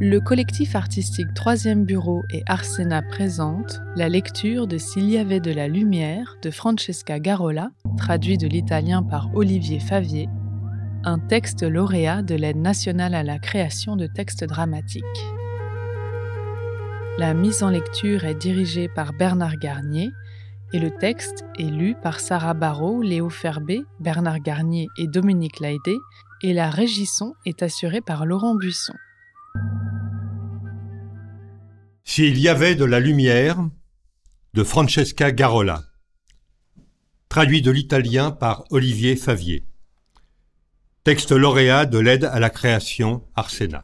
Le collectif artistique 3e Bureau et Arsena présente la lecture de S'il y avait de la lumière de Francesca Garola, traduit de l'italien par Olivier Favier, un texte lauréat de l'Aide nationale à la création de textes dramatiques. La mise en lecture est dirigée par Bernard Garnier et le texte est lu par Sarah Barrault, Léo Ferbet, Bernard Garnier et Dominique Laïdé, et la régisson est assurée par Laurent Buisson. S'il y avait de la lumière de Francesca Garola, traduit de l'italien par Olivier Favier. Texte lauréat de l'Aide à la création Arsena.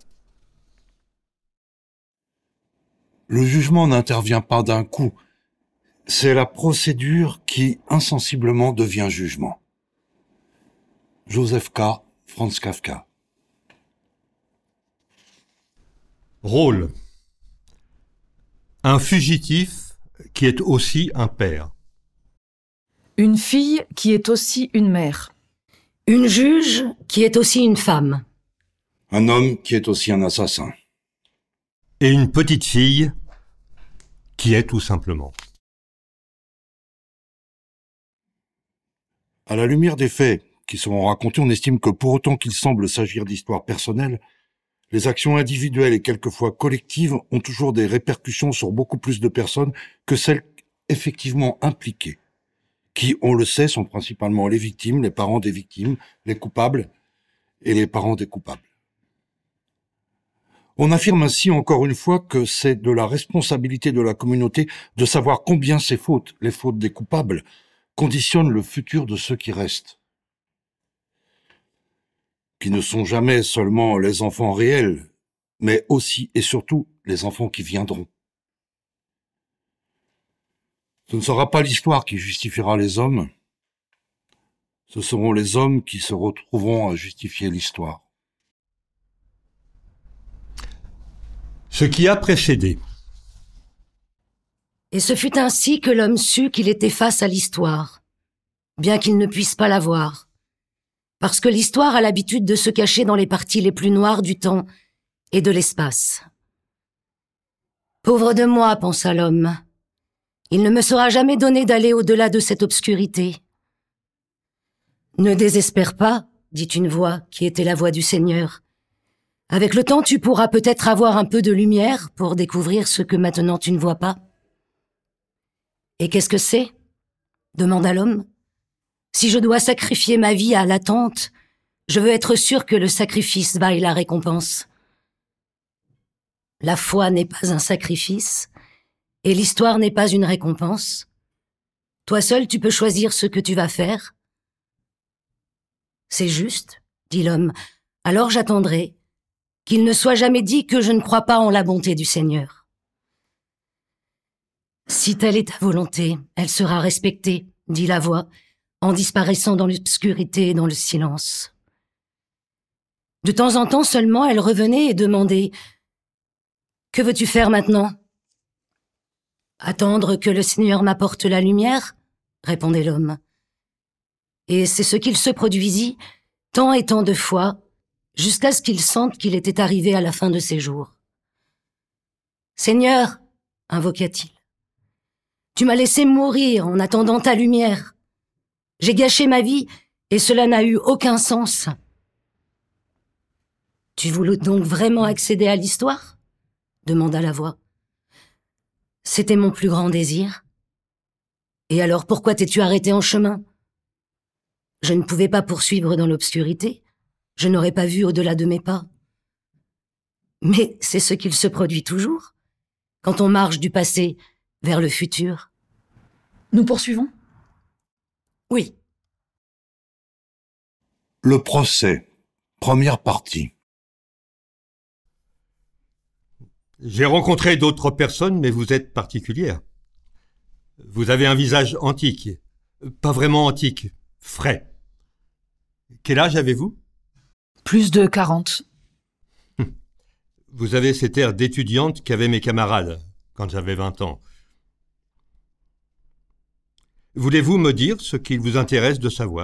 Le jugement n'intervient pas d'un coup. C'est la procédure qui, insensiblement, devient jugement. Joseph K. Franz Kafka. Rôle. Un fugitif qui est aussi un père. Une fille qui est aussi une mère. Une juge qui est aussi une femme. Un homme qui est aussi un assassin. Et une petite fille qui est tout simplement. À la lumière des faits qui seront racontés, on estime que pour autant qu'il semble s'agir d'histoires personnelles, les actions individuelles et quelquefois collectives ont toujours des répercussions sur beaucoup plus de personnes que celles effectivement impliquées, qui, on le sait, sont principalement les victimes, les parents des victimes, les coupables et les parents des coupables. On affirme ainsi encore une fois que c'est de la responsabilité de la communauté de savoir combien ces fautes, les fautes des coupables, conditionnent le futur de ceux qui restent, qui ne sont jamais seulement les enfants réels, mais aussi et surtout les enfants qui viendront. Ce ne sera pas l'histoire qui justifiera les hommes, ce seront les hommes qui se retrouveront à justifier l'histoire. Ce qui a précédé. Et ce fut ainsi que l'homme sut qu'il était face à l'histoire, bien qu'il ne puisse pas la voir. Parce que l'histoire a l'habitude de se cacher dans les parties les plus noires du temps et de l'espace. Pauvre de moi, pensa l'homme. Il ne me sera jamais donné d'aller au-delà de cette obscurité. Ne désespère pas, dit une voix qui était la voix du Seigneur. Avec le temps, tu pourras peut-être avoir un peu de lumière pour découvrir ce que maintenant tu ne vois pas. Et qu'est-ce que c'est ? Demanda l'homme. Si je dois sacrifier ma vie à l'attente, je veux être sûr que le sacrifice vaille la récompense. La foi n'est pas un sacrifice, et l'histoire n'est pas une récompense. Toi seul, tu peux choisir ce que tu vas faire. C'est juste, dit l'homme, alors j'attendrai, qu'il ne soit jamais dit que je ne crois pas en la bonté du Seigneur. Si telle est ta volonté, elle sera respectée, dit la voix, en disparaissant dans l'obscurité et dans le silence. De temps en temps seulement, elle revenait et demandait « Que veux-tu faire maintenant ?»« Attendre que le Seigneur m'apporte la lumière ?» répondait l'homme. Et c'est ce qu'il se produisit, tant et tant de fois, jusqu'à ce qu'il sente qu'il était arrivé à la fin de ses jours. « Seigneur, invoqua-t-il, tu m'as laissé mourir en attendant ta lumière. J'ai gâché ma vie et cela n'a eu aucun sens. » « Tu voulais donc vraiment accéder à l'histoire ?» demanda la voix. « C'était mon plus grand désir. Et alors pourquoi t'es-tu arrêté en chemin ? Je ne pouvais pas poursuivre dans l'obscurité. Je n'aurais pas vu au-delà de mes pas. Mais c'est ce qu'il se produit toujours, quand on marche du passé vers le futur. » Nous poursuivons ? Oui. Le procès. Première partie. J'ai rencontré d'autres personnes, mais vous êtes particulière. Vous avez un visage antique. Pas vraiment antique, frais. Quel âge avez-vous ? Plus de 40. Vous avez cet air d'étudiante qu'avaient mes camarades quand j'avais 20 ans. Voulez-vous me dire ce qu'il vous intéresse de savoir ?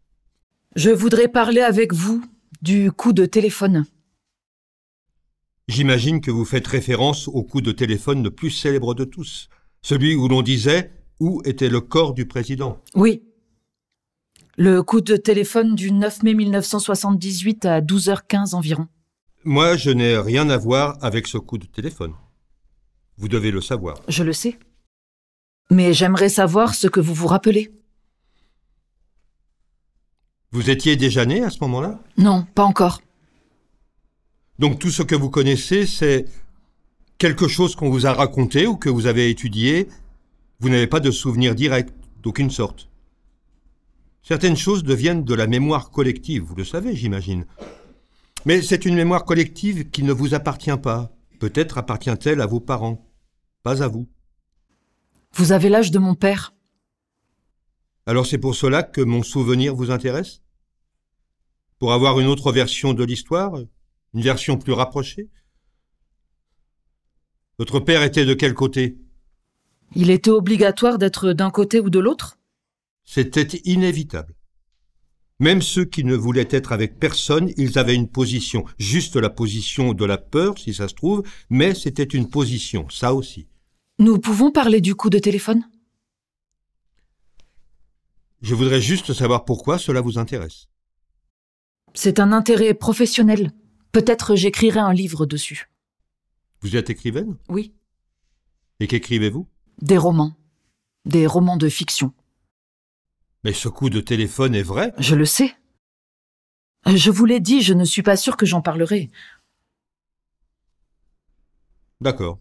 Je voudrais parler avec vous du coup de téléphone. J'imagine que vous faites référence au coup de téléphone le plus célèbre de tous, celui où l'on disait où était le corps du président. Oui. Le coup de téléphone du 9 mai 1978 à 12h15 environ. Moi, je n'ai rien à voir avec ce coup de téléphone. Vous devez le savoir. Je le sais. Mais j'aimerais savoir ce que vous vous rappelez. Vous étiez déjà né à ce moment-là? Non, pas encore. Donc tout ce que vous connaissez, c'est quelque chose qu'on vous a raconté ou que vous avez étudié. Vous n'avez pas de souvenir direct, d'aucune sorte. Certaines choses deviennent de la mémoire collective, vous le savez, j'imagine. Mais c'est une mémoire collective qui ne vous appartient pas. Peut-être appartient-elle à vos parents, pas à vous. Vous avez l'âge de mon père. Alors c'est pour cela que mon souvenir vous intéresse? Pour avoir une autre version de l'histoire? Une version plus rapprochée? Votre père était de quel côté? Il était obligatoire d'être d'un côté ou de l'autre? C'était inévitable. Même ceux qui ne voulaient être avec personne, ils avaient une position. Juste la position de la peur, si ça se trouve, mais c'était une position, ça aussi. Nous pouvons parler du coup de téléphone? Je voudrais juste savoir pourquoi cela vous intéresse. C'est un intérêt professionnel. Peut-être j'écrirai un livre dessus. Vous êtes écrivaine? Oui. Et qu'écrivez-vous? Des romans. Des romans de fiction. Mais ce coup de téléphone est vrai? Je le sais. Je vous l'ai dit, je ne suis pas sûre que j'en parlerai. D'accord.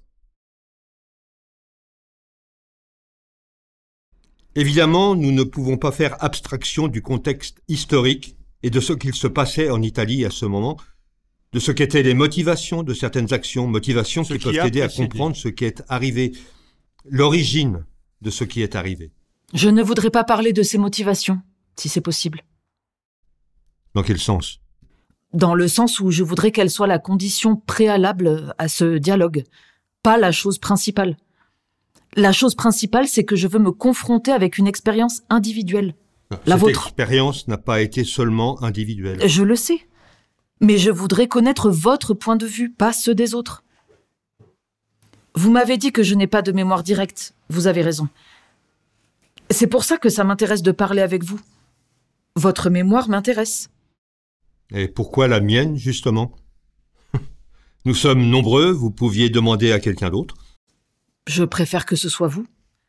Évidemment, nous ne pouvons pas faire abstraction du contexte historique et de ce qu'il se passait en Italie à ce moment, de ce qu'étaient les motivations de certaines actions, motivations qui peuvent aider à comprendre ce qui est arrivé, l'origine de ce qui est arrivé. Je ne voudrais pas parler de ces motivations, si c'est possible. Dans quel sens? Dans le sens où je voudrais qu'elle soit la condition préalable à ce dialogue, pas la chose principale. La chose principale, c'est que je veux me confronter avec une expérience individuelle. La Cette vôtre. expérience n'a pas été seulement individuelle. Je le sais. Mais je voudrais connaître votre point de vue, pas ceux des autres. Vous m'avez dit que je n'ai pas de mémoire directe. Vous avez raison. C'est pour ça que ça m'intéresse de parler avec vous. Votre mémoire m'intéresse. Et pourquoi la mienne, justement? Nous sommes nombreux, vous pouviez demander à quelqu'un d'autre. Je préfère que ce soit vous.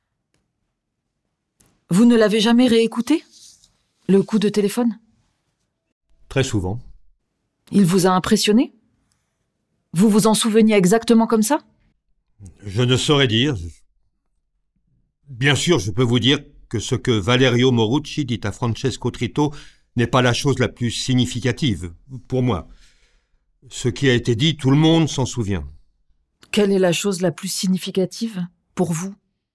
Vous ne l'avez jamais réécouté? Le coup de téléphone? Très souvent. Il vous a impressionné? Vous vous en souveniez exactement comme ça? Je ne saurais dire. Bien sûr, je peux vous dire que ce que Valerio Morucci dit à Francesco Trito n'est pas la chose la plus significative, pour moi. Ce qui a été dit, tout le monde s'en souvient. Quelle est la chose la plus significative pour vous?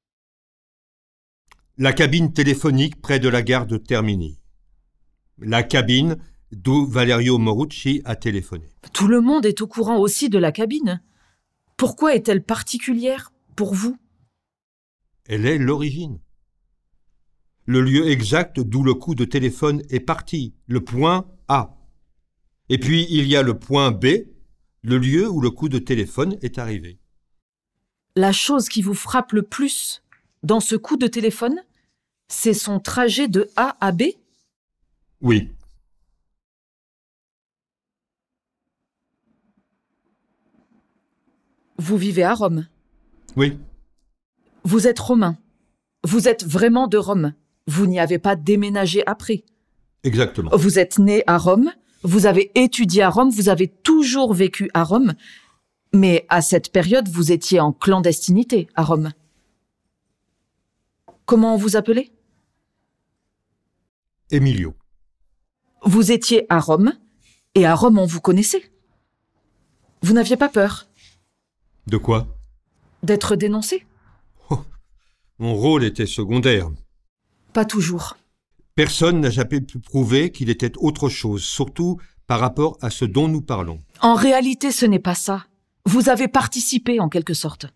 La cabine téléphonique près de la gare de Termini. La cabine d'où Valerio Morucci a téléphoné. Tout le monde est au courant aussi de la cabine. Pourquoi est-elle particulière pour vous? Elle est l'origine. Le lieu exact d'où le coup de téléphone est parti, le point A. Et puis il y a le point B, le lieu où le coup de téléphone est arrivé. La chose qui vous frappe le plus dans ce coup de téléphone, c'est son trajet de A à B? Oui. Vous vivez à Rome. Oui. Vous êtes romain. Vous êtes vraiment de Rome. Vous n'y avez pas déménagé après. Exactement. Vous êtes né à Rome, vous avez étudié à Rome, vous avez toujours vécu à Rome, mais à cette période, vous étiez en clandestinité à Rome. Comment vous appelez? Emilio. Vous étiez à Rome, et à Rome, on vous connaissait. Vous n'aviez pas peur De quoi? d'être dénoncé? Mon rôle était secondaire. Pas toujours. Personne n'a jamais pu prouver qu'il était autre chose, surtout par rapport à ce dont nous parlons. En réalité, ce n'est pas ça. Vous avez participé en quelque sorte.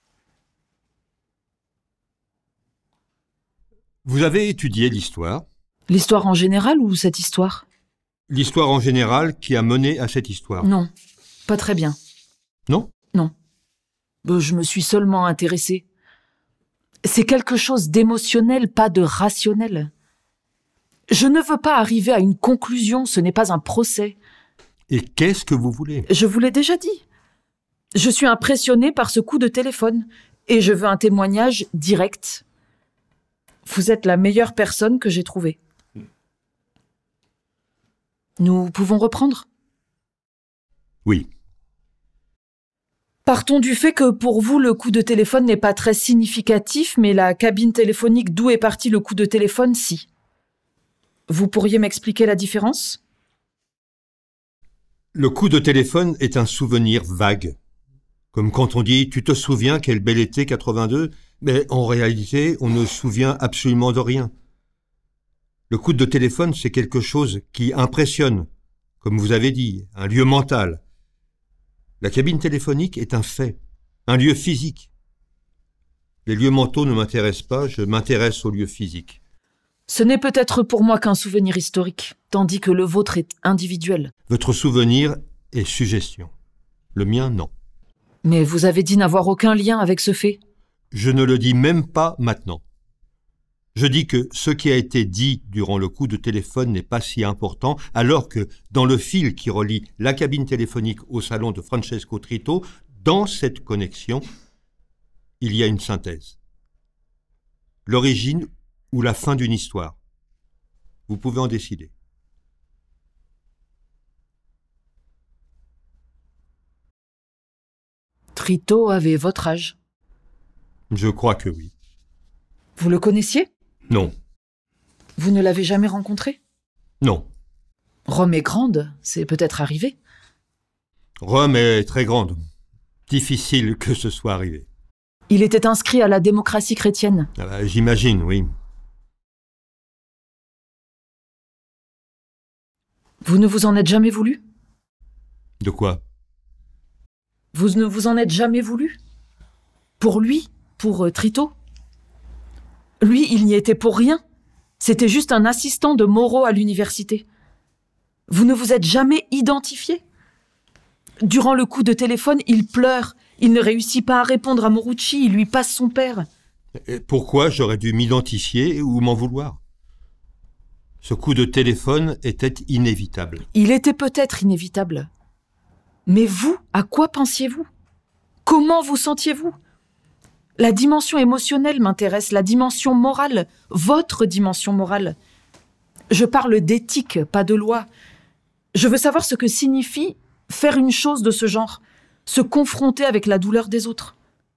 Vous avez étudié l'histoire. L'histoire en général ou cette histoire? L'histoire en général qui a mené à cette histoire. Non, pas très bien. Non? Non. Je me suis seulement intéressée. C'est quelque chose d'émotionnel, pas de rationnel. Je ne veux pas arriver à une conclusion, ce n'est pas un procès. Et qu'est-ce que vous voulez? Je vous l'ai déjà dit. Je suis impressionnée par ce coup de téléphone et je veux un témoignage direct. Vous êtes la meilleure personne que j'ai trouvée. Nous pouvons reprendre? Oui. Partons du fait que pour vous, le coup de téléphone n'est pas très significatif, mais la cabine téléphonique d'où est parti le coup de téléphone, si. Vous pourriez m'expliquer la différence? Le coup de téléphone est un souvenir vague. Comme quand on dit « Tu te souviens quel bel été 82 ?» Mais en réalité, on ne se souvient absolument de rien. Le coup de téléphone, c'est quelque chose qui impressionne, comme vous avez dit, un lieu mental. La cabine téléphonique est un fait, un lieu physique. Les lieux mentaux ne m'intéressent pas, je m'intéresse aux lieux physiques. Ce n'est peut-être pour moi qu'un souvenir historique, tandis que le vôtre est individuel. Votre souvenir est suggestion. Le mien, non. Mais vous avez dit n'avoir aucun lien avec ce fait. Je ne le dis même pas maintenant. Je dis que ce qui a été dit durant le coup de téléphone n'est pas si important, alors que dans le fil qui relie la cabine téléphonique au salon de Francesco Trito, dans cette connexion, il y a une synthèse. L'origine ou la fin d'une histoire. Vous pouvez en décider. Trito avait votre âge. Je crois que oui. Vous le connaissiez? Non. Vous ne l'avez jamais rencontré? Non. Rome est grande, c'est peut-être arrivé. Rome est très grande. Difficile que ce soit arrivé. Il était inscrit à la démocratie chrétienne. J'imagine, oui. Vous ne vous en êtes jamais voulu? De quoi? Vous ne vous en êtes jamais voulu? Pour lui? Pour Trito? Lui, il n'y était pour rien. C'était juste un assistant de Moreau à l'université. Vous ne vous êtes jamais identifié? Durant le coup de téléphone, il pleure. Il ne réussit pas à répondre à Morucci, il lui passe son père. Et pourquoi j'aurais dû m'identifier ou m'en vouloir? Ce coup de téléphone était inévitable. Il était peut-être inévitable. Mais vous, à quoi pensiez-vous? Comment vous sentiez-vous? La dimension émotionnelle m'intéresse, la dimension morale, votre dimension morale. Je parle d'éthique, pas de loi. Je veux savoir ce que signifie faire une chose de ce genre, se confronter avec la douleur des autres.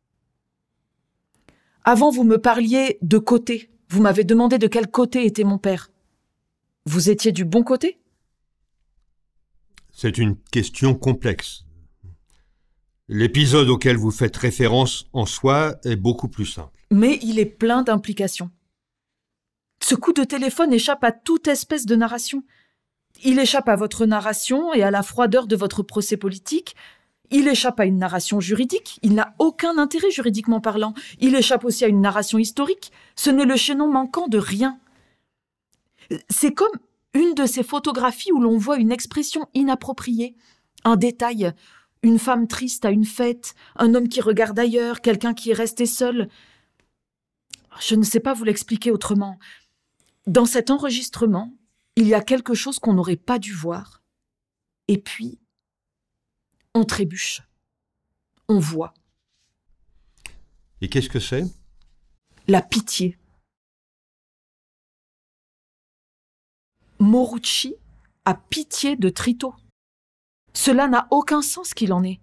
Avant, vous me parliez de côté. Vous m'avez demandé de quel côté était mon père. Vous étiez du bon côté? C'est une question complexe. L'épisode auquel vous faites référence en soi est beaucoup plus simple. Mais il est plein d'implications. Ce coup de téléphone échappe à toute espèce de narration. Il échappe à votre narration et à la froideur de votre procès politique. Il échappe à une narration juridique. Il n'a aucun intérêt juridiquement parlant. Il échappe aussi à une narration historique. Ce n'est le chaînon manquant de rien. C'est comme une de ces photographies où l'on voit une expression inappropriée, un détail, une femme triste à une fête, un homme qui regarde ailleurs, quelqu'un qui est resté seul. Je ne sais pas vous l'expliquer autrement. Dans cet enregistrement, il y a quelque chose qu'on n'aurait pas dû voir. Et puis, on trébuche. On voit. Et qu'est-ce que c'est? La pitié. Morucci a pitié de Trito. Cela n'a aucun sens qu'il en ait.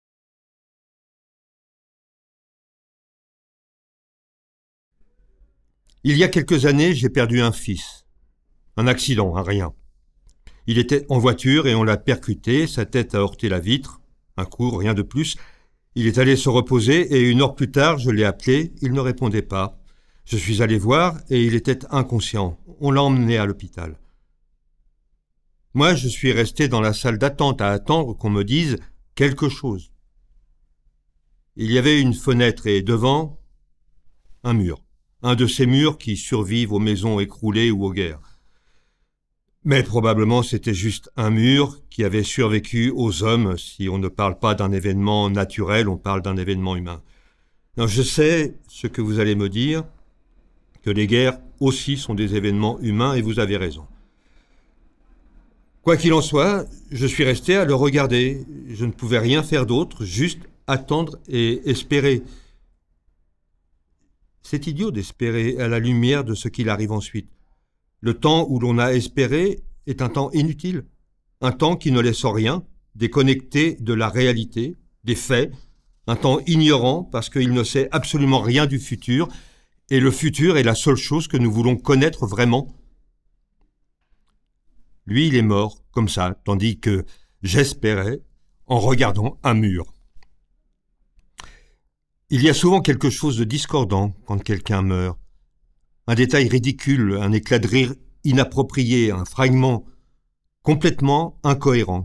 Il y a quelques années, j'ai perdu un fils. Un accident, un rien. Il était en voiture et on l'a percuté, sa tête a heurté la vitre. Un coup, rien de plus. Il est allé se reposer et 1 heure plus tard, je l'ai appelé, il ne répondait pas. Je suis allé voir et il était inconscient. On l'a emmené à l'hôpital. Moi, je suis resté dans la salle d'attente à attendre qu'on me dise quelque chose. Il y avait une fenêtre et devant, un mur. Un de ces murs qui survivent aux maisons écroulées ou aux guerres. Mais probablement c'était juste un mur qui avait survécu aux hommes. Si on ne parle pas d'un événement naturel, on parle d'un événement humain. Non, je sais ce que vous allez me dire, que les guerres aussi sont des événements humains, et vous avez raison. Quoi qu'il en soit, je suis resté à le regarder. Je ne pouvais rien faire d'autre, juste attendre et espérer. C'est idiot d'espérer à la lumière de ce qu'il arrive ensuite. Le temps où l'on a espéré est un temps inutile, un temps qui ne laisse rien, déconnecté de la réalité, des faits, un temps ignorant parce qu'il ne sait absolument rien du futur, et le futur est la seule chose que nous voulons connaître vraiment. Lui, il est mort, comme ça, tandis que j'espérais en regardant un mur. Il y a souvent quelque chose de discordant quand quelqu'un meurt. Un détail ridicule, un éclat de rire inapproprié, un fragment complètement incohérent.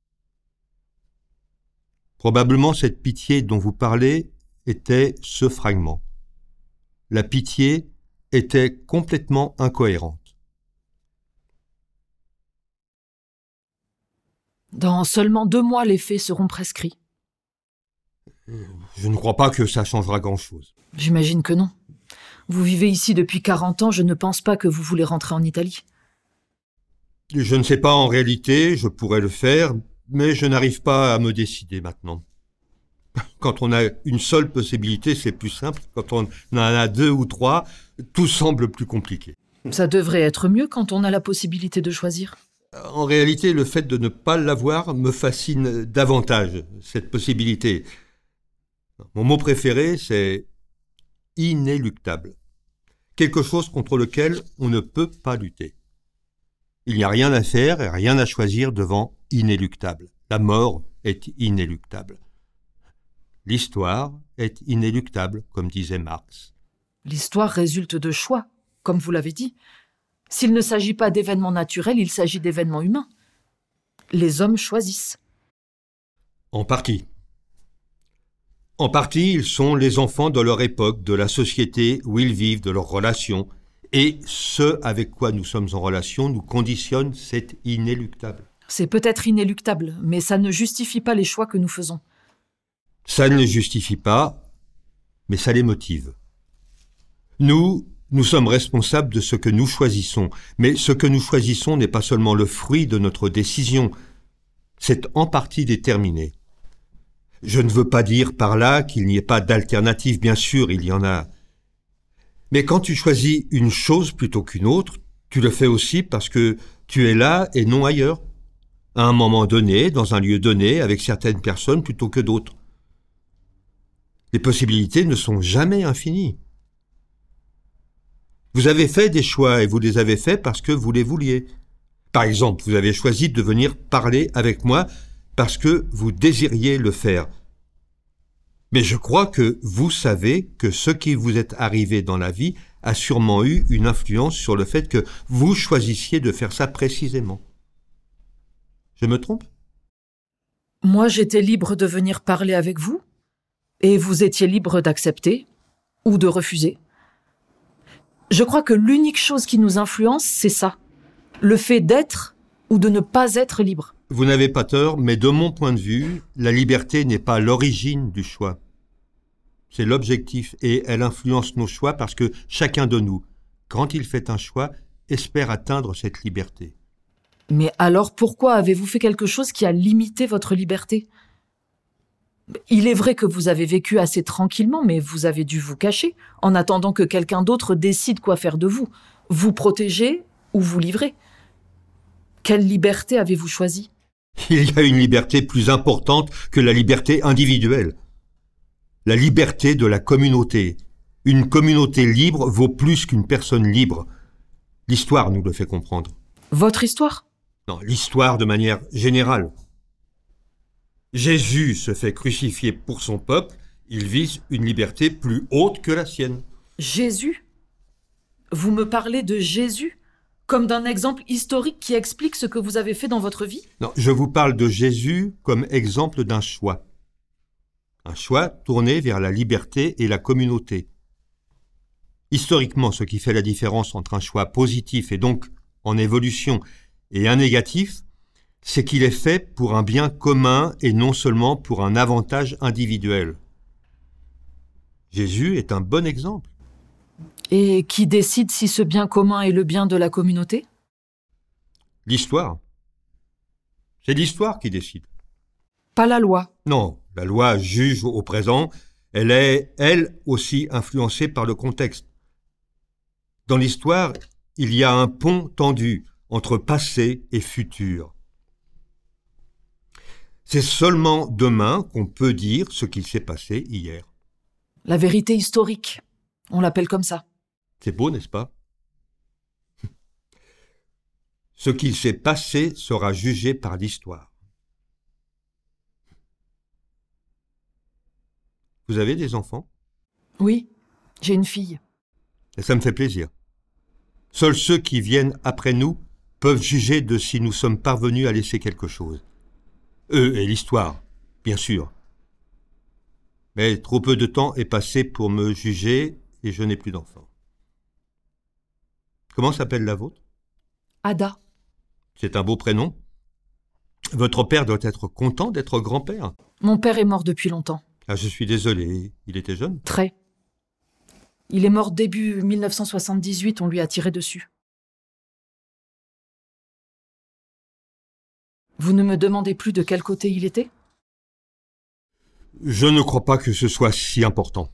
Probablement cette pitié dont vous parlez était ce fragment. La pitié était complètement incohérente. Dans seulement 2 mois, les faits seront prescrits. Je ne crois pas que ça changera grand-chose. J'imagine que non. Vous vivez ici depuis 40 ans, je ne pense pas que vous voulez rentrer en Italie. Je ne sais pas en réalité, je pourrais le faire, mais je n'arrive pas à me décider maintenant. Quand on a une seule possibilité, c'est plus simple. Quand on en a 2 ou 3, tout semble plus compliqué. Ça devrait être mieux quand on a la possibilité de choisir. En réalité, le fait de ne pas l'avoir me fascine davantage, cette possibilité. Mon mot préféré, c'est inéluctable. Quelque chose contre lequel on ne peut pas lutter. Il n'y a rien à faire et rien à choisir devant inéluctable. La mort est inéluctable. L'histoire est inéluctable, comme disait Marx. L'histoire résulte de choix, comme vous l'avez dit. S'il ne s'agit pas d'événements naturels, il s'agit d'événements humains. Les hommes choisissent. En partie. En partie, ils sont les enfants de leur époque, de la société où ils vivent, de leurs relations. Et ce avec quoi nous sommes en relation nous conditionne, c'est inéluctable. C'est peut-être inéluctable, mais ça ne justifie pas les choix que nous faisons. Ça ne les justifie pas, mais ça les motive. Nous sommes responsables de ce que nous choisissons, mais ce que nous choisissons n'est pas seulement le fruit de notre décision, c'est en partie déterminé. Je ne veux pas dire par là qu'il n'y ait pas d'alternative, bien sûr, il y en a. Mais quand tu choisis une chose plutôt qu'une autre, tu le fais aussi parce que tu es là et non ailleurs, à un moment donné, dans un lieu donné, avec certaines personnes plutôt que d'autres. Les possibilités ne sont jamais infinies. Vous avez fait des choix et vous les avez faits parce que vous les vouliez. Par exemple, vous avez choisi de venir parler avec moi parce que vous désiriez le faire. Mais je crois que vous savez que ce qui vous est arrivé dans la vie a sûrement eu une influence sur le fait que vous choisissiez de faire ça précisément. Je me trompe ? Moi, j'étais libre de venir parler avec vous, et vous étiez libre d'accepter ou de refuser. Je crois que l'unique chose qui nous influence, c'est ça. Le fait d'être ou de ne pas être libre. Vous n'avez pas tort, mais de mon point de vue, la liberté n'est pas l'origine du choix. C'est l'objectif et elle influence nos choix parce que chacun de nous, quand il fait un choix, espère atteindre cette liberté. Mais alors pourquoi avez-vous fait quelque chose qui a limité votre liberté ? Il est vrai que vous avez vécu assez tranquillement, mais vous avez dû vous cacher en attendant que quelqu'un d'autre décide quoi faire de vous. Vous protéger ou vous livrer. Quelle liberté avez-vous choisi ? Il y a une liberté plus importante que la liberté individuelle. La liberté de la communauté. Une communauté libre vaut plus qu'une personne libre. L'histoire nous le fait comprendre. Votre histoire ? Non, l'histoire de manière générale. Jésus se fait crucifier pour son peuple, il vise une liberté plus haute que la sienne. Jésus ? Vous me parlez de Jésus ? Comme d'un exemple historique qui explique ce que vous avez fait dans votre vie ? Non, je vous parle de Jésus comme exemple d'un choix. Un choix tourné vers la liberté et la communauté. Historiquement, ce qui fait la différence entre un choix positif et donc en évolution Et un négatif, c'est qu'il est fait pour un bien commun et non seulement pour un avantage individuel. Jésus est un bon exemple. Et qui décide si ce bien commun est le bien de la communauté? L'histoire. C'est l'histoire qui décide. Pas la loi. Non, la loi juge au présent, elle est, elle aussi, influencée par le contexte. Dans l'histoire, il y a un pont tendu entre passé et futur. C'est seulement demain qu'on peut dire ce qu'il s'est passé hier. La vérité historique. On l'appelle comme ça. C'est beau, n'est-ce pas? Ce qu'il s'est passé sera jugé par l'histoire. Vous avez des enfants? Oui, j'ai une fille. Et ça me fait plaisir. Seuls ceux qui viennent après nous peuvent juger de si nous sommes parvenus à laisser quelque chose. Eux et l'histoire, bien sûr. Mais trop peu de temps est passé pour me juger et je n'ai plus d'enfants. Comment s'appelle la vôtre? Ada. C'est un beau prénom. Votre père doit être content d'être grand-père. Mon père est mort depuis longtemps. Ah, je suis désolé, il était jeune. Très. Il est mort début 1978, on lui a tiré dessus. Vous ne me demandez plus de quel côté il était? Je ne crois pas que ce soit si important.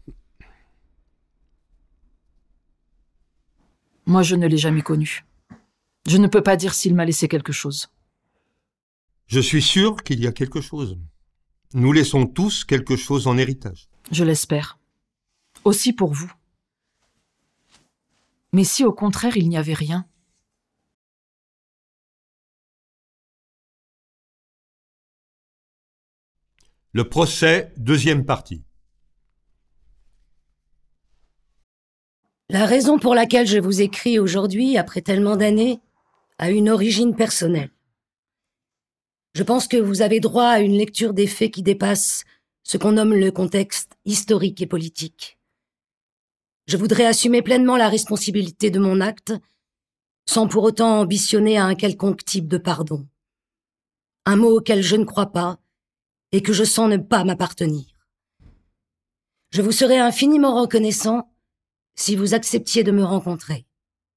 Moi, je ne l'ai jamais connu. Je ne peux pas dire s'il m'a laissé quelque chose. Je suis sûr qu'il y a quelque chose. Nous laissons tous quelque chose en héritage. Je l'espère. Aussi pour vous. Mais si au contraire il n'y avait rien? Le procès, deuxième partie. La raison pour laquelle je vous écris aujourd'hui, après tellement d'années, a une origine personnelle. Je pense que vous avez droit à une lecture des faits qui dépasse ce qu'on nomme le contexte historique et politique. Je voudrais assumer pleinement la responsabilité de mon acte, sans pour autant ambitionner à un quelconque type de pardon. Un mot auquel je ne crois pas et que je sens ne pas m'appartenir. Je vous serais infiniment reconnaissant si vous acceptiez de me rencontrer.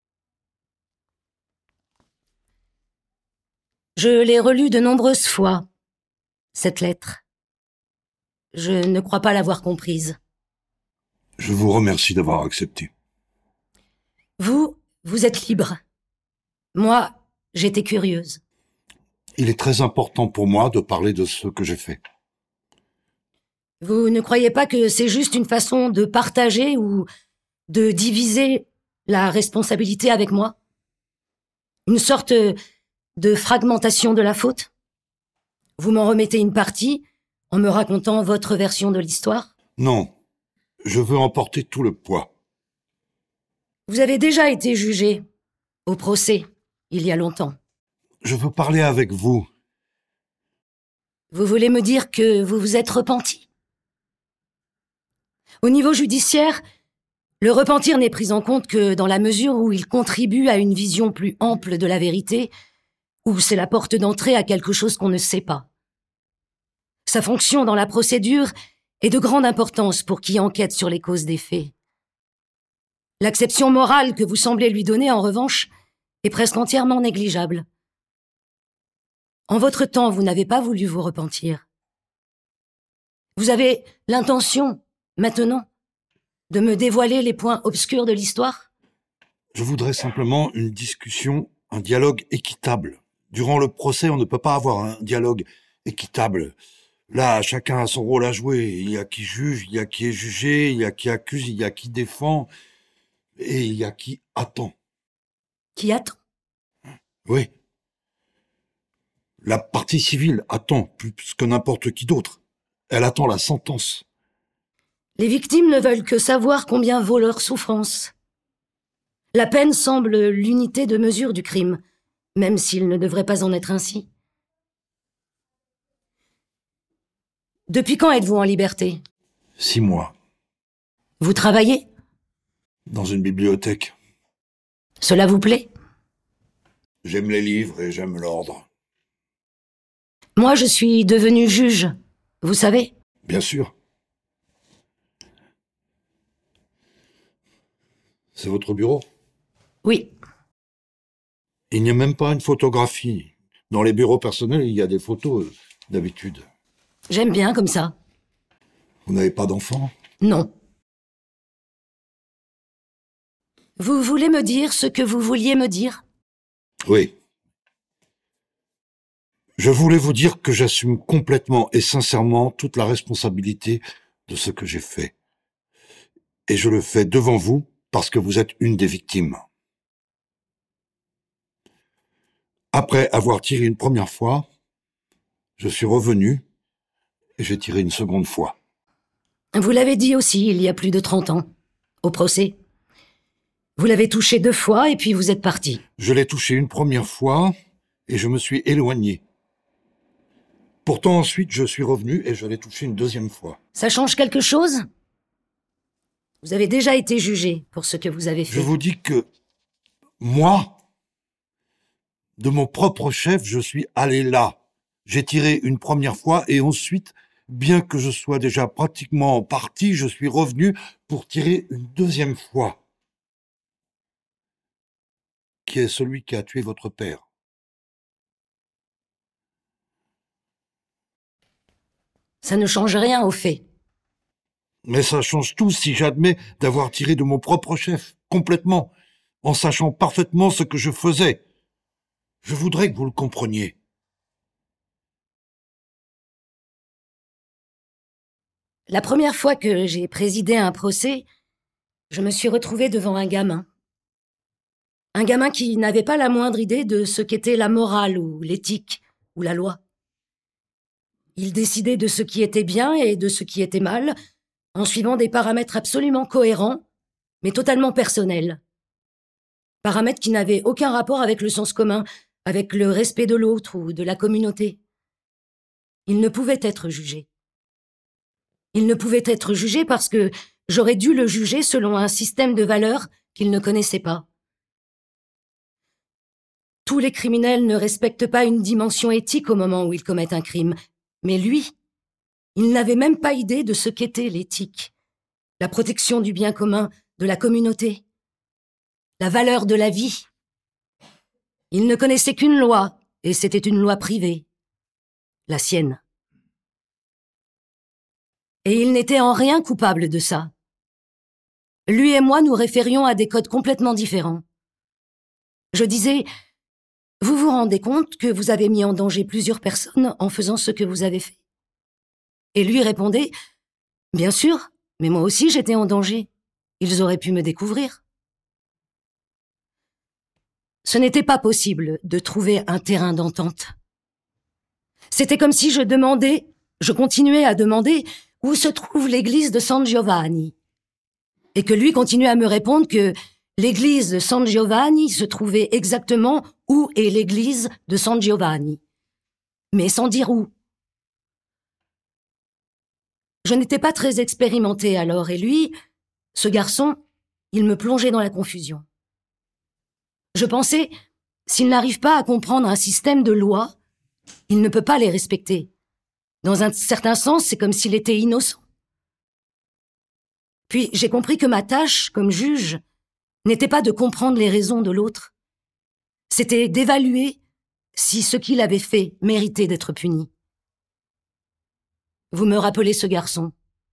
Je l'ai relue de nombreuses fois, cette lettre. Je ne crois pas l'avoir comprise. Je vous remercie d'avoir accepté. Vous êtes libre. Moi, j'étais curieuse. Il est très important pour moi de parler de ce que j'ai fait. Vous ne croyez pas que c'est juste une façon de partager ou de diviser la responsabilité avec moi? Une sorte de fragmentation de la faute? Vous m'en remettez une partie en me racontant votre version de l'histoire? Non, je veux emporter tout le poids. Vous avez déjà été jugé au procès, il y a longtemps. Je veux parler avec vous. Vous voulez me dire que vous vous êtes repenti? Au niveau judiciaire, le repentir n'est pris en compte que dans la mesure où il contribue à une vision plus ample de la vérité, ou c'est la porte d'entrée à quelque chose qu'on ne sait pas. Sa fonction dans la procédure est de grande importance pour qui enquête sur les causes des faits. L'acception morale que vous semblez lui donner, en revanche, est presque entièrement négligeable. En votre temps, vous n'avez pas voulu vous repentir. Vous avez l'intention, maintenant, de me dévoiler les points obscurs de l'histoire? Je voudrais simplement une discussion, un dialogue équitable. Durant le procès, on ne peut pas avoir un dialogue équitable. Là, chacun a son rôle à jouer. Il y a qui juge, il y a qui est jugé, il y a qui accuse, il y a qui défend, et il y a qui attend. Qui attend? Oui. La partie civile attend plus que n'importe qui d'autre. Elle attend la sentence. Les victimes ne veulent que savoir combien vaut leur souffrance. La peine semble l'unité de mesure du crime, même s'il ne devrait pas en être ainsi. Depuis quand êtes-vous en liberté? 6 mois. Vous travaillez? Dans une bibliothèque. Cela vous plaît? J'aime les livres et j'aime l'ordre. Moi, je suis devenu juge, vous savez. Bien sûr. C'est votre bureau? Oui. Il n'y a même pas une photographie. Dans les bureaux personnels, il y a des photos, d'habitude. J'aime bien comme ça. Vous n'avez pas d'enfant? Non. Vous voulez me dire ce que vous vouliez me dire? Oui. Je voulais vous dire que j'assume complètement et sincèrement toute la responsabilité de ce que j'ai fait. Et je le fais devant vous parce que vous êtes une des victimes. Après avoir tiré une première fois, je suis revenu et j'ai tiré une seconde fois. Vous l'avez dit aussi il y a plus de 30 ans, au procès. Vous l'avez touché 2 fois et puis vous êtes parti. Je l'ai touché une première fois et je me suis éloigné. Pourtant ensuite je suis revenu et je l'ai touché une deuxième fois. Ça change quelque chose? Vous avez déjà été jugé pour ce que vous avez fait. Je vous dis que moi, de mon propre chef, je suis allé là. J'ai tiré une première fois et ensuite, bien que je sois déjà pratiquement parti, je suis revenu pour tirer une deuxième fois. Qui est celui qui a tué votre père? Ça ne change rien au fait. Mais ça change tout si j'admets d'avoir tiré de mon propre chef, complètement, en sachant parfaitement ce que je faisais. Je voudrais que vous le compreniez. La première fois que j'ai présidé un procès, je me suis retrouvée devant un gamin. Un gamin qui n'avait pas la moindre idée de ce qu'était la morale ou l'éthique ou la loi. Il décidait de ce qui était bien et de ce qui était mal, en suivant des paramètres absolument cohérents, mais totalement personnels. Paramètres qui n'avaient aucun rapport avec le sens commun, avec le respect de l'autre ou de la communauté. Il ne pouvait être jugé. Il ne pouvait être jugé parce que j'aurais dû le juger selon un système de valeurs qu'il ne connaissait pas. Tous les criminels ne respectent pas une dimension éthique au moment où ils commettent un crime, mais lui, il n'avait même pas idée de ce qu'était l'éthique, la protection du bien commun, de la communauté, la valeur de la vie. Il ne connaissait qu'une loi, et c'était une loi privée, la sienne. Et il n'était en rien coupable de ça. Lui et moi nous référions à des codes complètement différents. Je disais, vous vous rendez compte que vous avez mis en danger plusieurs personnes en faisant ce que vous avez fait? Et lui répondait, bien sûr, mais moi aussi j'étais en danger. Ils auraient pu me découvrir. Ce n'était pas possible de trouver un terrain d'entente. C'était comme si je continuais à demander où se trouve l'église de San Giovanni. Et que lui continuait à me répondre que l'église de San Giovanni se trouvait exactement où est l'église de San Giovanni. Mais sans dire où. Je n'étais pas très expérimentée alors, et lui, ce garçon, il me plongeait dans la confusion. Je pensais, s'il n'arrive pas à comprendre un système de lois, il ne peut pas les respecter. Dans un certain sens, c'est comme s'il était innocent. Puis j'ai compris que ma tâche, comme juge, n'était pas de comprendre les raisons de l'autre. C'était d'évaluer si ce qu'il avait fait méritait d'être puni. Vous me rappelez ce garçon.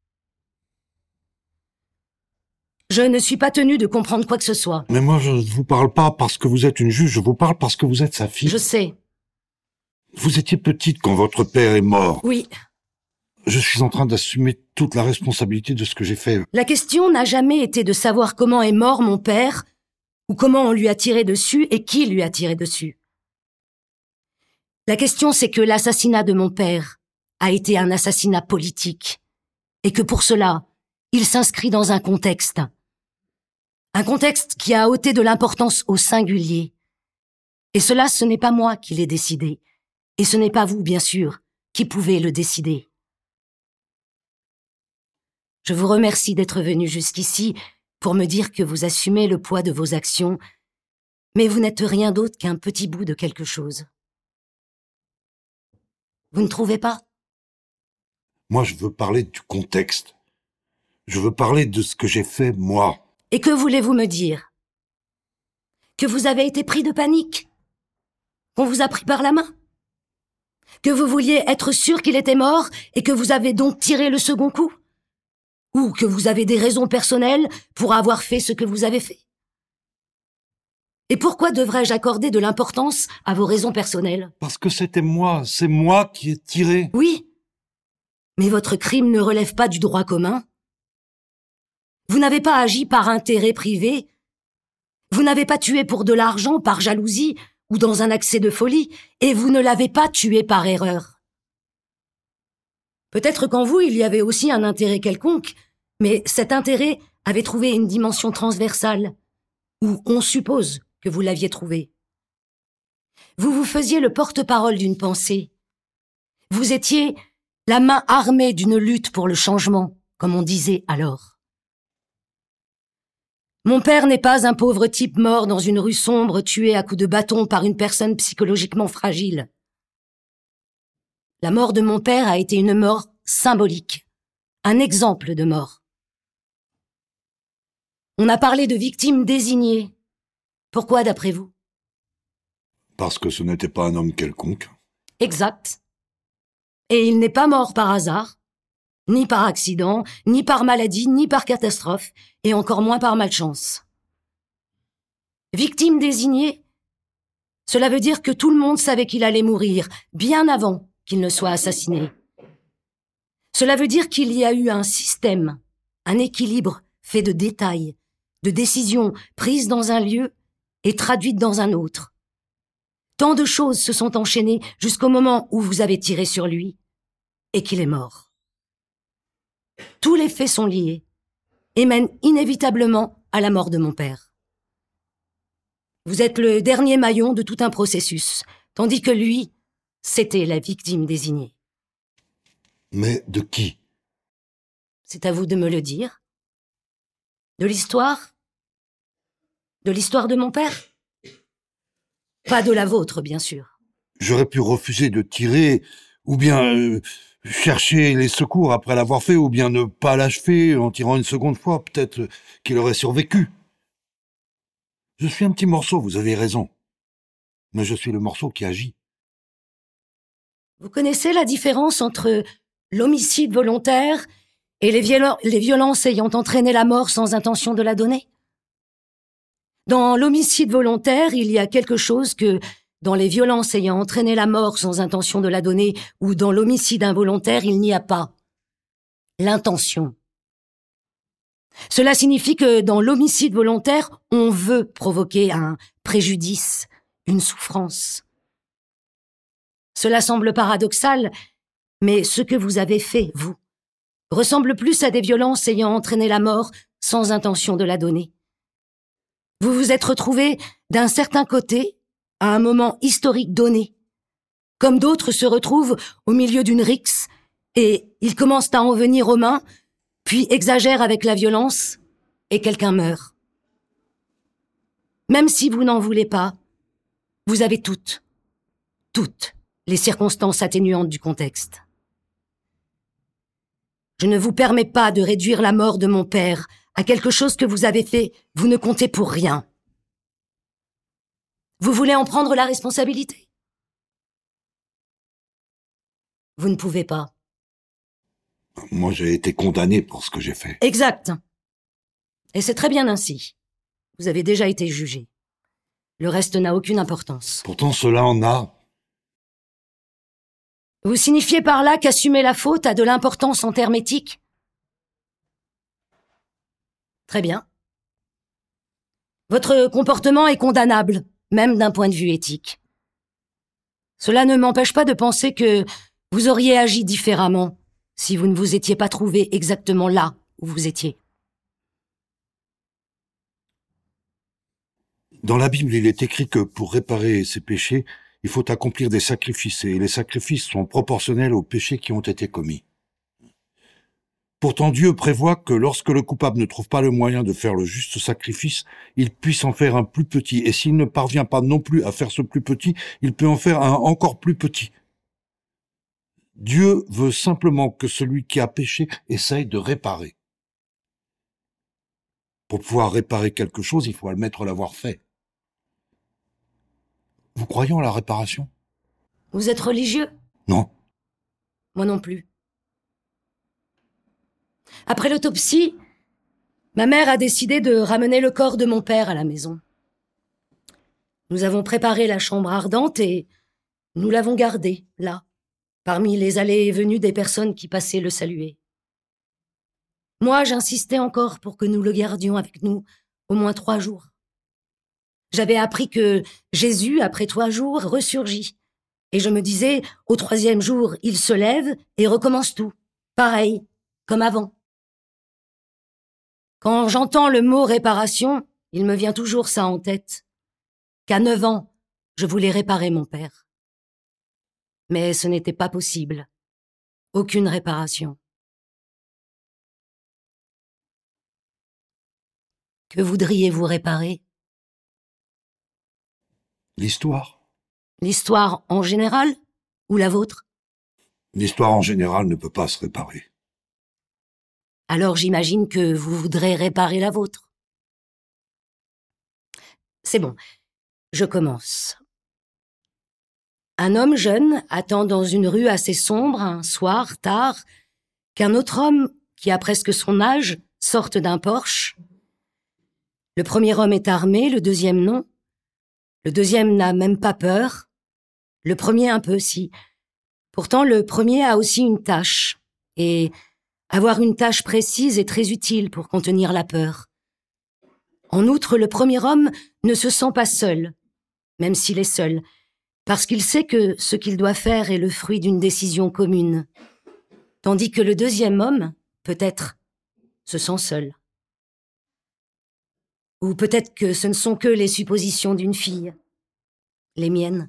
Je ne suis pas tenue de comprendre quoi que ce soit. Mais moi, je ne vous parle pas parce que vous êtes une juge, je vous parle parce que vous êtes sa fille. Je sais. Vous étiez petite quand votre père est mort. Oui. Je suis en train d'assumer toute la responsabilité de ce que j'ai fait. La question n'a jamais été de savoir comment est mort mon père, ou comment on lui a tiré dessus et qui lui a tiré dessus. La question, c'est que l'assassinat de mon père a été un assassinat politique, et que pour cela, il s'inscrit dans un contexte. Un contexte qui a ôté de l'importance au singulier. Et cela, ce n'est pas moi qui l'ai décidé. Et ce n'est pas vous, bien sûr, qui pouvez le décider. Je vous remercie d'être venu jusqu'ici pour me dire que vous assumez le poids de vos actions, Mais vous n'êtes rien d'autre qu'un petit bout de quelque chose. Vous ne trouvez pas? Moi, je veux parler du contexte. Je veux parler de ce que j'ai fait, moi. Et que voulez-vous me dire? Que vous avez été pris de panique? Qu'on vous a pris par la main? Que vous vouliez être sûr qu'il était mort et que vous avez donc tiré le second coup? Ou que vous avez des raisons personnelles pour avoir fait ce que vous avez fait? Et pourquoi devrais-je accorder de l'importance à vos raisons personnelles? Parce que c'était moi, c'est moi qui ai tiré. Oui, mais votre crime ne relève pas du droit commun. Vous n'avez pas agi par intérêt privé. Vous n'avez pas tué pour de l'argent, par jalousie ou dans un accès de folie, et vous ne l'avez pas tué par erreur. Peut-être qu'en vous, il y avait aussi un intérêt quelconque, mais cet intérêt avait trouvé une dimension transversale, ou on suppose que vous l'aviez trouvé. Vous vous faisiez le porte-parole d'une pensée. Vous étiez la main armée d'une lutte pour le changement, comme on disait alors. Mon père n'est pas un pauvre type mort dans une rue sombre, tué à coups de bâton par une personne psychologiquement fragile. La mort de mon père a été une mort symbolique, un exemple de mort. On a parlé de victimes désignées. Pourquoi, d'après vous? Parce que ce n'était pas un homme quelconque. Exact. Et il n'est pas mort par hasard, ni par accident, ni par maladie, ni par catastrophe, et encore moins par malchance. Victime désignée, cela veut dire que tout le monde savait qu'il allait mourir, bien avant qu'il ne soit assassiné. Cela veut dire qu'il y a eu un système, un équilibre fait de détails, de décisions prises dans un lieu et traduites dans un autre. Tant de choses se sont enchaînées jusqu'au moment où vous avez tiré sur lui et qu'il est mort. Tous les faits sont liés et mènent inévitablement à la mort de mon père. Vous êtes le dernier maillon de tout un processus, tandis que lui, c'était la victime désignée. Mais de qui? C'est à vous de me le dire. De l'histoire? De l'histoire de mon père? Pas de la vôtre, bien sûr. J'aurais pu refuser de tirer, ou bien chercher les secours après l'avoir fait, ou bien ne pas l'achever en tirant une seconde fois. Peut-être qu'il aurait survécu. Je suis un petit morceau, vous avez raison. Mais je suis le morceau qui agit. Vous connaissez la différence entre l'homicide volontaire et les violences ayant entraîné la mort sans intention de la donner? Dans l'homicide volontaire, il y a quelque chose que, dans les violences ayant entraîné la mort sans intention de la donner, ou dans l'homicide involontaire, il n'y a pas. L'intention. Cela signifie que dans l'homicide volontaire, on veut provoquer un préjudice, une souffrance. Cela semble paradoxal, mais ce que vous avez fait, vous, ressemble plus à des violences ayant entraîné la mort sans intention de la donner. Vous vous êtes retrouvé d'un certain côté à un moment historique donné, comme d'autres se retrouvent au milieu d'une rixe et ils commencent à en venir aux mains, puis exagèrent avec la violence et quelqu'un meurt. Même si vous n'en voulez pas, vous avez toutes les circonstances atténuantes du contexte. Je ne vous permets pas de réduire la mort de mon père à quelque chose que vous avez fait, vous ne comptez pour rien. Vous voulez en prendre la responsabilité? Vous ne pouvez pas. Moi, j'ai été condamné pour ce que j'ai fait. Exact. Et c'est très bien ainsi. Vous avez déjà été jugé. Le reste n'a aucune importance. Pourtant, cela en a. Vous signifiez par là qu'assumer la faute a de l'importance en termes éthiques? Très bien. Votre comportement est condamnable, même d'un point de vue éthique. Cela ne m'empêche pas de penser que vous auriez agi différemment si vous ne vous étiez pas trouvé exactement là où vous étiez. Dans la Bible, il est écrit que pour réparer ses péchés, il faut accomplir des sacrifices, et les sacrifices sont proportionnels aux péchés qui ont été commis. Pourtant Dieu prévoit que lorsque le coupable ne trouve pas le moyen de faire le juste sacrifice, il puisse en faire un plus petit. Et s'il ne parvient pas non plus à faire ce plus petit, il peut en faire un encore plus petit. Dieu veut simplement que celui qui a péché essaye de réparer. Pour pouvoir réparer quelque chose, il faut admettre l'avoir fait. Vous croyez en la réparation? Vous êtes religieux? Non. Moi non plus. Après l'autopsie, ma mère a décidé de ramener le corps de mon père à la maison. Nous avons préparé la chambre ardente et nous l'avons gardé, là, parmi les allées et venues des personnes qui passaient le saluer. Moi, j'insistais encore pour que nous le gardions avec nous au moins 3 jours. J'avais appris que Jésus, après 3 jours, ressurgit. Et je me disais, au 3e jour, il se lève et recommence tout. Pareil, comme avant. Quand j'entends le mot réparation, il me vient toujours ça en tête. Qu'à 9 ans, je voulais réparer mon père. Mais ce n'était pas possible. Aucune réparation. Que voudriez-vous réparer? L'histoire. L'histoire en général ou la vôtre? L'histoire en général ne peut pas se réparer. Alors j'imagine que vous voudrez réparer la vôtre. C'est bon, je commence. Un homme jeune attend dans une rue assez sombre, un soir, tard, qu'un autre homme, qui a presque son âge, sorte d'un Porsche. Le premier homme est armé, le deuxième non. Le deuxième n'a même pas peur. Le premier un peu, si. Pourtant, le premier a aussi une tâche. Et avoir une tâche précise est très utile pour contenir la peur. En outre, le premier homme ne se sent pas seul, même s'il est seul, parce qu'il sait que ce qu'il doit faire est le fruit d'une décision commune. Tandis que le deuxième homme, peut-être, se sent seul. Ou peut-être que ce ne sont que les suppositions d'une fille, les miennes.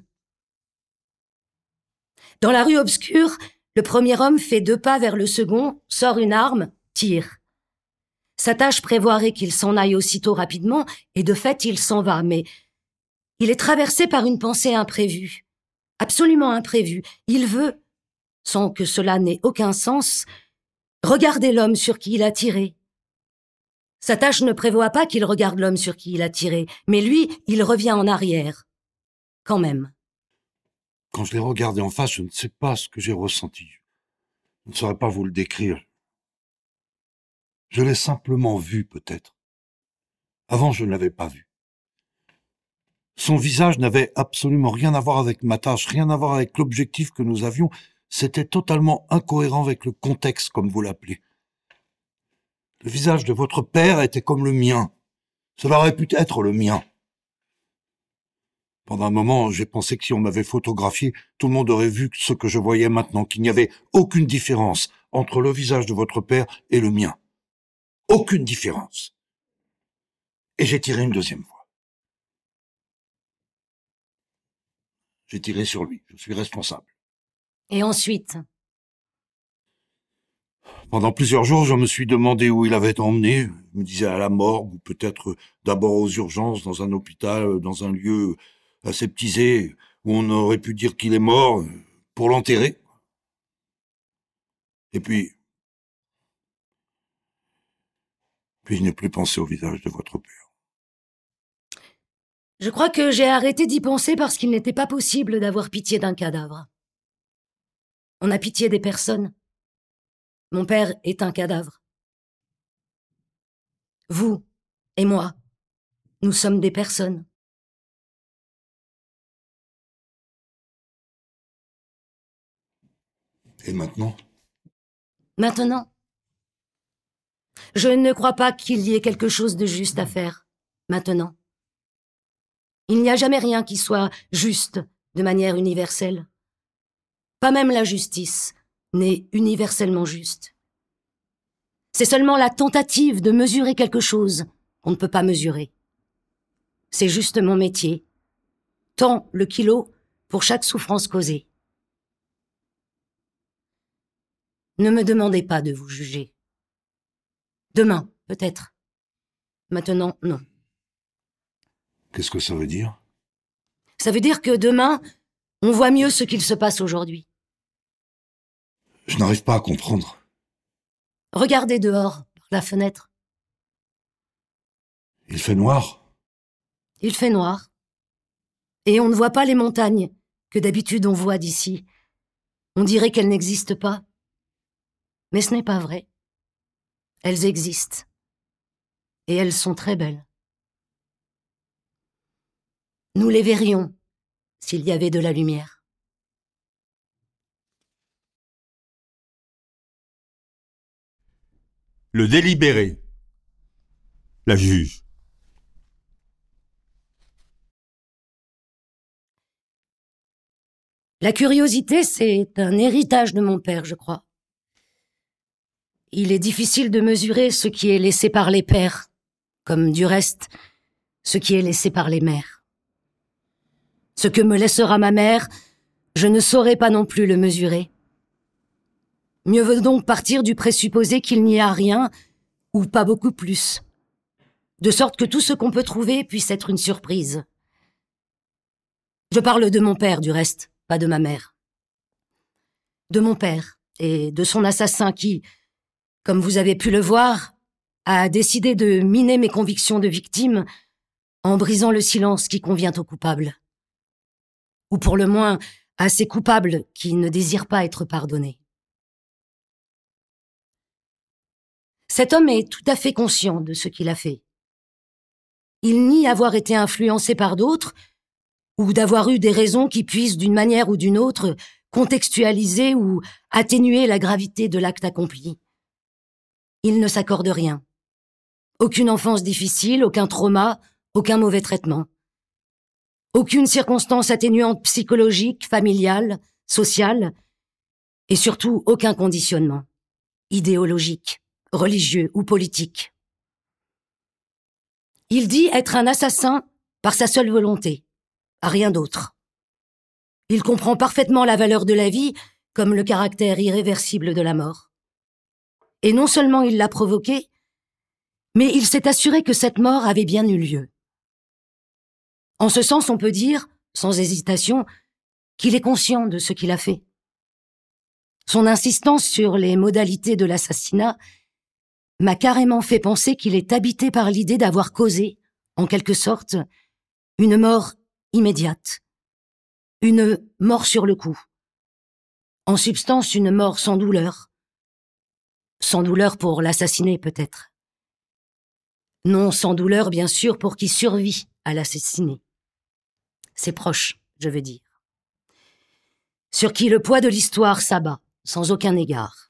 Dans la rue obscure, le premier homme fait 2 pas vers le second, sort une arme, tire. Sa tâche prévoirait qu'il s'en aille aussitôt rapidement, et de fait il s'en va, mais il est traversé par une pensée imprévue, absolument imprévue. Il veut, sans que cela n'ait aucun sens, regarder l'homme sur qui il a tiré. Sa tâche ne prévoit pas qu'il regarde l'homme sur qui il a tiré, mais lui, il revient en arrière. Quand même. Quand je l'ai regardé en face, je ne sais pas ce que j'ai ressenti. Je ne saurais pas vous le décrire. Je l'ai simplement vu, peut-être. Avant, je ne l'avais pas vu. Son visage n'avait absolument rien à voir avec ma tâche, rien à voir avec l'objectif que nous avions. C'était totalement incohérent avec le contexte, comme vous l'appelez. Le visage de votre père était comme le mien. Cela aurait pu être le mien. Pendant un moment, j'ai pensé que si on m'avait photographié, tout le monde aurait vu ce que je voyais maintenant, qu'il n'y avait aucune différence entre le visage de votre père et le mien. Aucune différence. Et j'ai tiré une deuxième fois. J'ai tiré sur lui. Je suis responsable. Et ensuite? Pendant plusieurs jours, je me suis demandé où il avait emmené. Je me disais à la morgue, ou peut-être d'abord aux urgences, dans un hôpital, dans un lieu aseptisé, où on aurait pu dire qu'il est mort, pour l'enterrer. Et puis je n'ai plus pensé au visage de votre père. Je crois que j'ai arrêté d'y penser parce qu'il n'était pas possible d'avoir pitié d'un cadavre. On a pitié des personnes. Mon père est un cadavre. Vous et moi, nous sommes des personnes. Et maintenant? Maintenant, je ne crois pas qu'il y ait quelque chose de juste à faire. Maintenant. Il n'y a jamais rien qui soit juste de manière universelle. Pas même la justice n'est universellement juste. C'est seulement la tentative de mesurer quelque chose qu'on ne peut pas mesurer. C'est juste mon métier. Tant le kilo pour chaque souffrance causée. Ne me demandez pas de vous juger. Demain, peut-être. Maintenant, non. Qu'est-ce que ça veut dire? Ça veut dire que demain, on voit mieux ce qu'il se passe aujourd'hui. Je n'arrive pas à comprendre. Regardez dehors, par la fenêtre. Il fait noir. Il fait noir. Et on ne voit pas les montagnes que d'habitude on voit d'ici. On dirait qu'elles n'existent pas. Mais ce n'est pas vrai. Elles existent. Et elles sont très belles. Nous les verrions s'il y avait de la lumière. Le délibéré. La juge. La curiosité, c'est un héritage de mon père, je crois. Il est difficile de mesurer ce qui est laissé par les pères, comme du reste, ce qui est laissé par les mères. Ce que me laissera ma mère, je ne saurais pas non plus le mesurer. Mieux vaut donc partir du présupposé qu'il n'y a rien, ou pas beaucoup plus, de sorte que tout ce qu'on peut trouver puisse être une surprise. Je parle de mon père, du reste, pas de ma mère. De mon père et de son assassin qui, comme vous avez pu le voir, a décidé de miner mes convictions de victime en brisant le silence qui convient aux coupables. Ou pour le moins à ces coupables qui ne désirent pas être pardonnés. Cet homme est tout à fait conscient de ce qu'il a fait. Il nie avoir été influencé par d'autres ou d'avoir eu des raisons qui puissent d'une manière ou d'une autre contextualiser ou atténuer la gravité de l'acte accompli. Il ne s'accorde rien. Aucune enfance difficile, aucun trauma, aucun mauvais traitement. Aucune circonstance atténuante psychologique, familiale, sociale, et surtout aucun conditionnement, idéologique, religieux ou politique. Il dit être un assassin par sa seule volonté, à rien d'autre. Il comprend parfaitement la valeur de la vie comme le caractère irréversible de la mort. Et non seulement il l'a provoquée, mais il s'est assuré que cette mort avait bien eu lieu. En ce sens, on peut dire, sans hésitation, qu'il est conscient de ce qu'il a fait. Son insistance sur les modalités de l'assassinat m'a carrément fait penser qu'il est habité par l'idée d'avoir causé, en quelque sorte, une mort immédiate. Une mort sur le coup. En substance, une mort sans douleur. Sans douleur pour l'assassiner, peut-être. Non sans douleur, bien sûr, pour qui survit à l'assassiner. Ses proches, je veux dire. Sur qui le poids de l'histoire s'abat, sans aucun égard.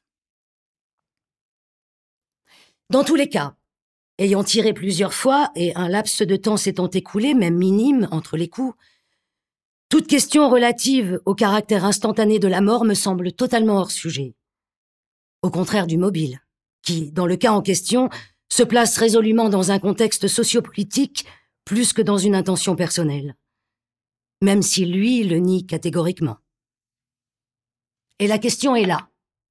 Dans tous les cas, ayant tiré plusieurs fois et un laps de temps s'étant écoulé, même minime, entre les coups, toute question relative au caractère instantané de la mort me semble totalement hors sujet. Au contraire du mobile, qui, dans le cas en question, se place résolument dans un contexte sociopolitique plus que dans une intention personnelle. Même si lui le nie catégoriquement. Et la question est là.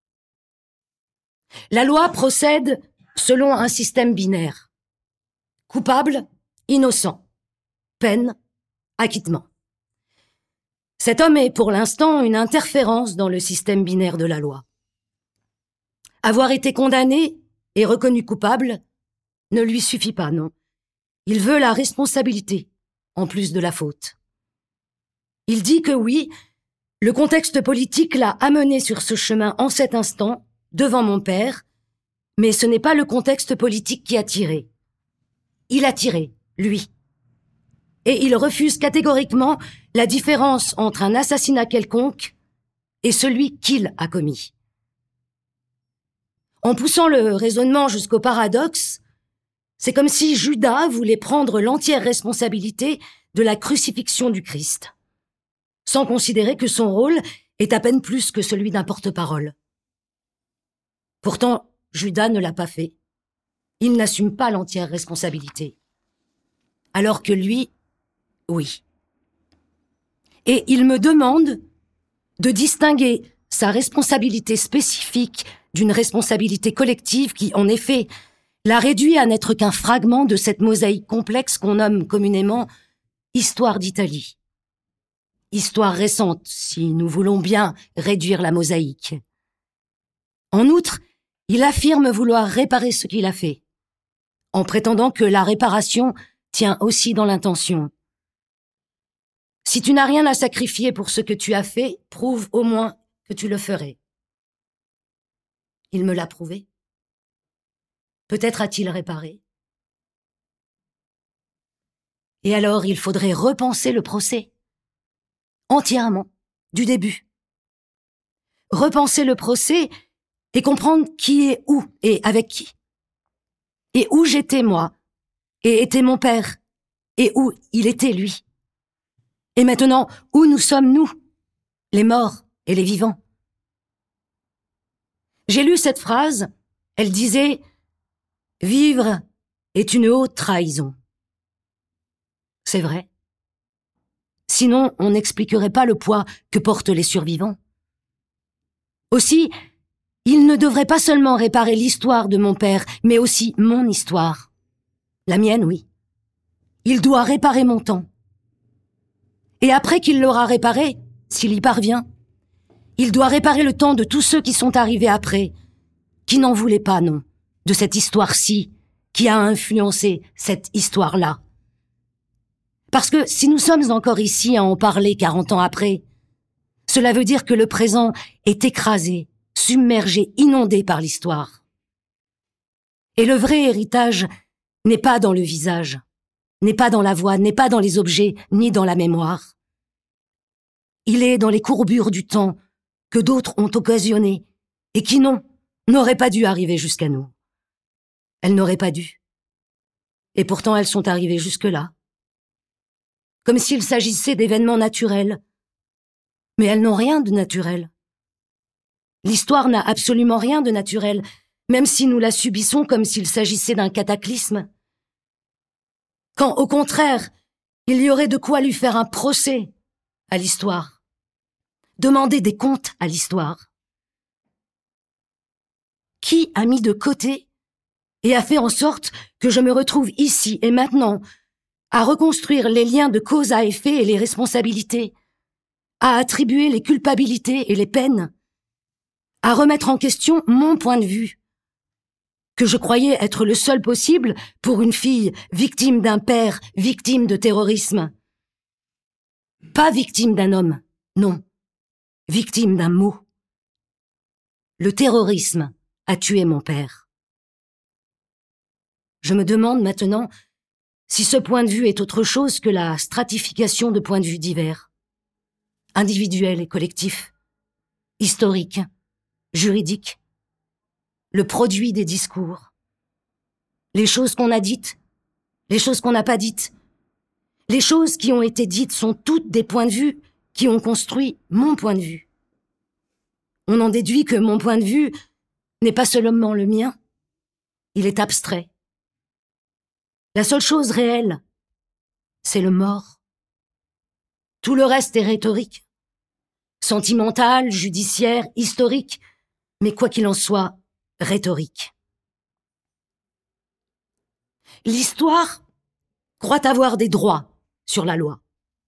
La loi procède selon un système binaire. Coupable, innocent. Peine, acquittement. Cet homme est pour l'instant une interférence dans le système binaire de la loi. Avoir été condamné et reconnu coupable ne lui suffit pas, non. Il veut la responsabilité, en plus de la faute. Il dit que oui, le contexte politique l'a amené sur ce chemin en cet instant, devant mon père, mais ce n'est pas le contexte politique qui a tiré. Il a tiré, lui. Et il refuse catégoriquement la différence entre un assassinat quelconque et celui qu'il a commis. En poussant le raisonnement jusqu'au paradoxe, c'est comme si Judas voulait prendre l'entière responsabilité de la crucifixion du Christ, sans considérer que son rôle est à peine plus que celui d'un porte-parole. Pourtant, Judas ne l'a pas fait. Il n'assume pas l'entière responsabilité. Alors que lui, oui. Et il me demande de distinguer sa responsabilité spécifique d'une responsabilité collective qui, en effet, l'a réduit à n'être qu'un fragment de cette mosaïque complexe qu'on nomme communément Histoire d'Italie. Histoire récente, si nous voulons bien réduire la mosaïque. En outre, il affirme vouloir réparer ce qu'il a fait, en prétendant que la réparation tient aussi dans l'intention. Si tu n'as rien à sacrifier pour ce que tu as fait, prouve au moins que tu le ferais. Il me l'a prouvé. Peut-être a-t-il réparé. Et alors, il faudrait repenser le procès. Entièrement, du début. Repenser le procès et comprendre qui est où et avec qui. Et où j'étais, moi, et était mon père, et où il était, lui. Et maintenant, où nous sommes, nous, les morts et les vivants. J'ai lu cette phrase, elle disait « Vivre est une haute trahison ». C'est vrai. Sinon, on n'expliquerait pas le poids que portent les survivants. Aussi, il ne devrait pas seulement réparer l'histoire de mon père, mais aussi mon histoire. La mienne, oui. Il doit réparer mon temps. Et après qu'il l'aura réparé, s'il y parvient, il doit réparer le temps de tous ceux qui sont arrivés après, qui n'en voulaient pas, non, de cette histoire-ci, qui a influencé cette histoire-là. Parce que si nous sommes encore ici à en parler 40 ans après, cela veut dire que le présent est écrasé, submergé, inondé par l'histoire. Et le vrai héritage n'est pas dans le visage, n'est pas dans la voix, n'est pas dans les objets, ni dans la mémoire. Il est dans les courbures du temps que d'autres ont occasionnées et qui, non, n'auraient pas dû arriver jusqu'à nous. Elles n'auraient pas dû. Et pourtant elles sont arrivées jusque-là. Comme s'il s'agissait d'événements naturels. Mais elles n'ont rien de naturel. L'histoire n'a absolument rien de naturel, même si nous la subissons comme s'il s'agissait d'un cataclysme. Quand, au contraire, il y aurait de quoi lui faire un procès à l'histoire. Demander des comptes à l'histoire. Qui a mis de côté et a fait en sorte que je me retrouve ici et maintenant à reconstruire les liens de cause à effet et les responsabilités, à attribuer les culpabilités et les peines, à remettre en question mon point de vue, que je croyais être le seul possible pour une fille victime d'un père, victime de terrorisme. Pas victime d'un homme, non, victime d'un mot. Le terrorisme a tué mon père. Je me demande maintenant si ce point de vue est autre chose que la stratification de points de vue divers, individuels et collectifs, historiques, juridiques, le produit des discours, les choses qu'on a dites, les choses qu'on n'a pas dites. Les choses qui ont été dites sont toutes des points de vue qui ont construit mon point de vue. On en déduit que mon point de vue n'est pas seulement le mien, il est abstrait. La seule chose réelle, c'est le mort. Tout le reste est rhétorique, sentimental, judiciaire, historique, mais quoi qu'il en soit, rhétorique. L'histoire croit avoir des droits sur la loi.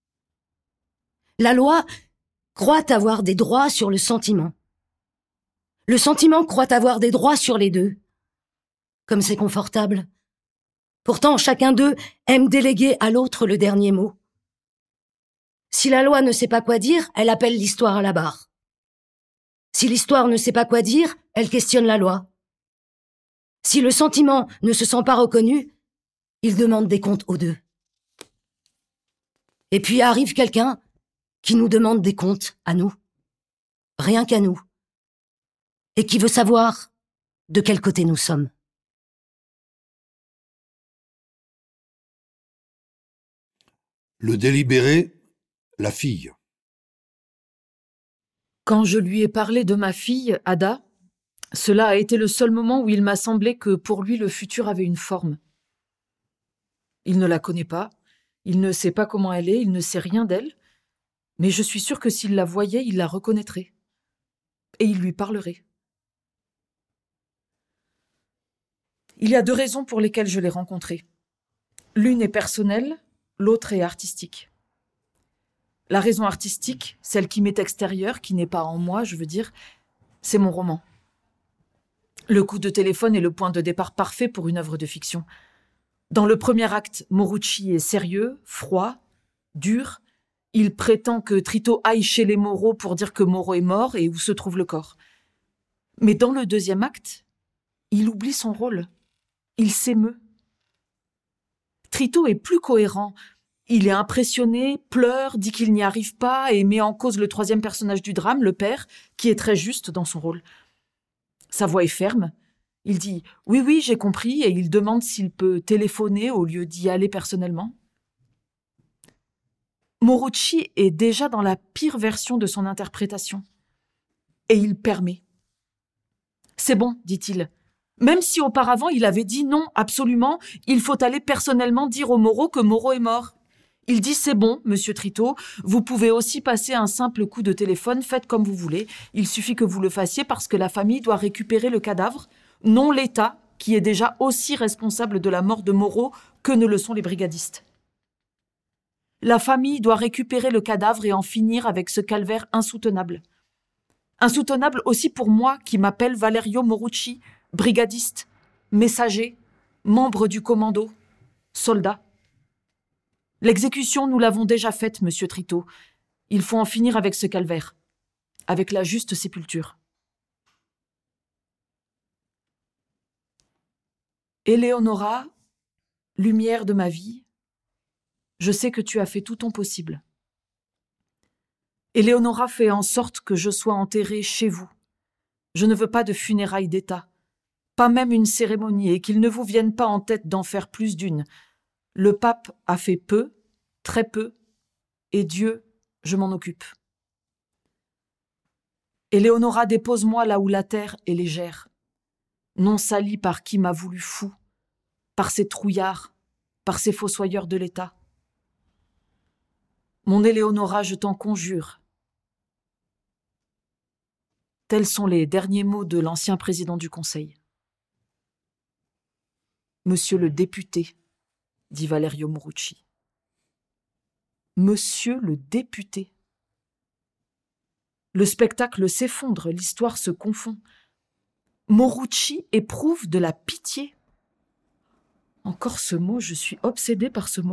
La loi croit avoir des droits sur le sentiment. Le sentiment croit avoir des droits sur les deux. Comme c'est confortable. Pourtant, chacun d'eux aime déléguer à l'autre le dernier mot. Si la loi ne sait pas quoi dire, elle appelle l'histoire à la barre. Si l'histoire ne sait pas quoi dire, elle questionne la loi. Si le sentiment ne se sent pas reconnu, il demande des comptes aux deux. Et puis arrive quelqu'un qui nous demande des comptes à nous. Rien qu'à nous. Et qui veut savoir de quel côté nous sommes. Le délibéré, la fille. Quand je lui ai parlé de ma fille, Ada, cela a été le seul moment où il m'a semblé que pour lui le futur avait une forme. Il ne la connaît pas, il ne sait pas comment elle est, il ne sait rien d'elle, mais je suis sûre que s'il la voyait, il la reconnaîtrait. Et il lui parlerait. Il y a 2 raisons pour lesquelles je l'ai rencontré. L'une est personnelle, l'autre est artistique. La raison artistique, celle qui m'est extérieure, qui n'est pas en moi, je veux dire, c'est mon roman. Le coup de téléphone est le point de départ parfait pour une œuvre de fiction. Dans le premier acte, Morucci est sérieux, froid, dur. Il prétend que Trito aille chez les Moreau pour dire que Moreau est mort et où se trouve le corps. Mais dans le deuxième acte, il oublie son rôle. Il s'émeut. Trito est plus cohérent. Il est impressionné, pleure, dit qu'il n'y arrive pas et met en cause le 3e personnage du drame, le père, qui est très juste dans son rôle. Sa voix est ferme. Il dit « Oui, j'ai compris » et il demande s'il peut téléphoner au lieu d'y aller personnellement. Morucci est déjà dans la pire version de son interprétation. Et il permet. « C'est bon, dit-il. Même si auparavant il avait dit non, absolument, il faut aller personnellement dire au Moreau que Moreau est mort. Il dit c'est bon, monsieur Trito, vous pouvez aussi passer un simple coup de téléphone, faites comme vous voulez. Il suffit que vous le fassiez parce que la famille doit récupérer le cadavre, non l'État, qui est déjà aussi responsable de la mort de Moreau que ne le sont les brigadistes. La famille doit récupérer le cadavre et en finir avec ce calvaire insoutenable. Insoutenable aussi pour moi qui m'appelle Valerio Morucci, brigadiste, messager, membre du commando, soldat. L'exécution, nous l'avons déjà faite, monsieur Trito. Il faut en finir avec ce calvaire, avec la juste sépulture. Éléonora, lumière de ma vie, je sais que tu as fait tout ton possible. Éléonora fait en sorte que je sois enterrée chez vous. Je ne veux pas de funérailles d'État, pas même une cérémonie, et qu'il ne vous vienne pas en tête d'en faire plus d'une. Le pape a fait peu, très peu, et Dieu, je m'en occupe. Éléonora, dépose-moi là où la terre est légère, non salie par qui m'a voulu fou, par ces trouillards, par ces fossoyeurs de l'État. Mon Éléonora, je t'en conjure. Tels sont les derniers mots de l'ancien président du Conseil. Monsieur le député, dit Valerio Morucci. Monsieur le député. Le spectacle s'effondre, l'histoire se confond. Morucci éprouve de la pitié. Encore ce mot, je suis obsédée par ce mot.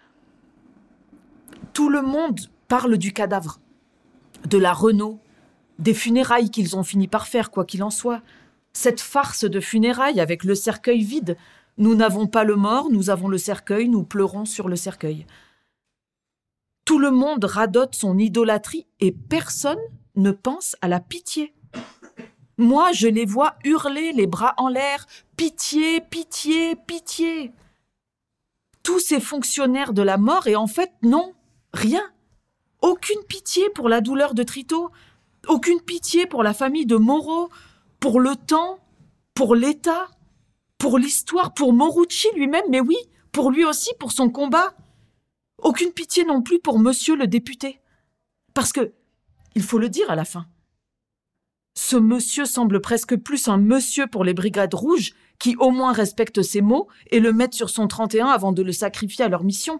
Tout le monde parle du cadavre, de la Renault, des funérailles qu'ils ont fini par faire, quoi qu'il en soit. Cette farce de funérailles avec le cercueil vide. Nous n'avons pas le mort, nous avons le cercueil, nous pleurons sur le cercueil. Tout le monde radote son idolâtrie et personne ne pense à la pitié. Moi, je les vois hurler les bras en l'air. Pitié, pitié, pitié. Tous ces fonctionnaires de la mort et en fait, non, rien. Aucune pitié pour la douleur de Trito, aucune pitié pour la famille de Moreau, pour le temps, pour l'État, pour l'histoire, pour Morucci lui-même, mais oui, pour lui aussi, pour son combat. Aucune pitié non plus pour monsieur le député. Parce que, il faut le dire à la fin, ce monsieur semble presque plus un monsieur pour les brigades rouges qui au moins respectent ses mots et le mettent sur son 31 avant de le sacrifier à leur mission.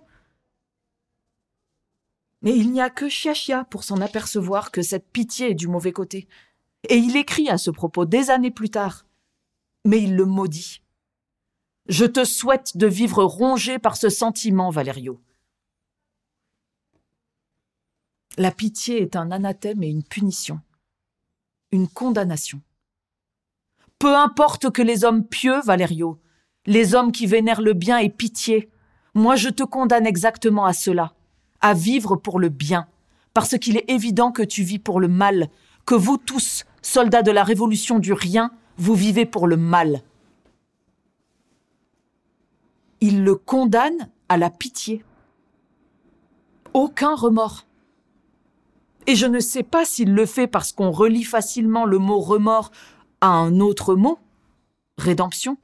Mais il n'y a que Chia pour s'en apercevoir que cette pitié est du mauvais côté. Et il écrit à ce propos des années plus tard. Mais il le maudit. « Je te souhaite de vivre rongé par ce sentiment, Valerio. » La pitié est un anathème et une punition. Une condamnation. Peu importe que les hommes pieux, Valerio, les hommes qui vénèrent le bien aient pitié, moi je te condamne exactement à cela, à vivre pour le bien, parce qu'il est évident que tu vis pour le mal, que vous tous, soldats de la révolution du rien, vous vivez pour le mal. Il le condamne à la pitié. Aucun remords. Et je ne sais pas s'il le fait parce qu'on relie facilement le mot remords à un autre mot, rédemption.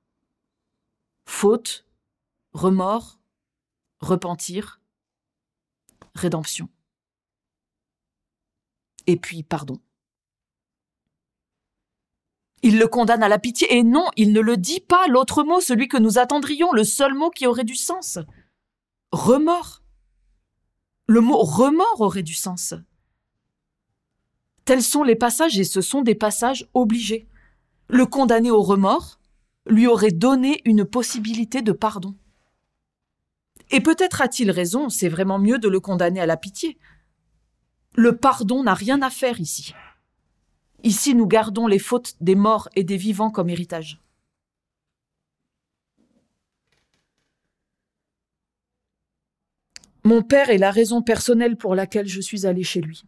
Faute, remords, repentir, rédemption. Et puis pardon. Il le condamne à la pitié, et non, il ne le dit pas, l'autre mot, celui que nous attendrions, le seul mot qui aurait du sens. Remords. Le mot remords aurait du sens. Tels sont les passages, et ce sont des passages obligés. Le condamner au remords lui aurait donné une possibilité de pardon. Et peut-être a-t-il raison, c'est vraiment mieux de le condamner à la pitié. Le pardon n'a rien à faire ici. Ici, nous gardons les fautes des morts et des vivants comme héritage. Mon père est la raison personnelle pour laquelle je suis allée chez lui.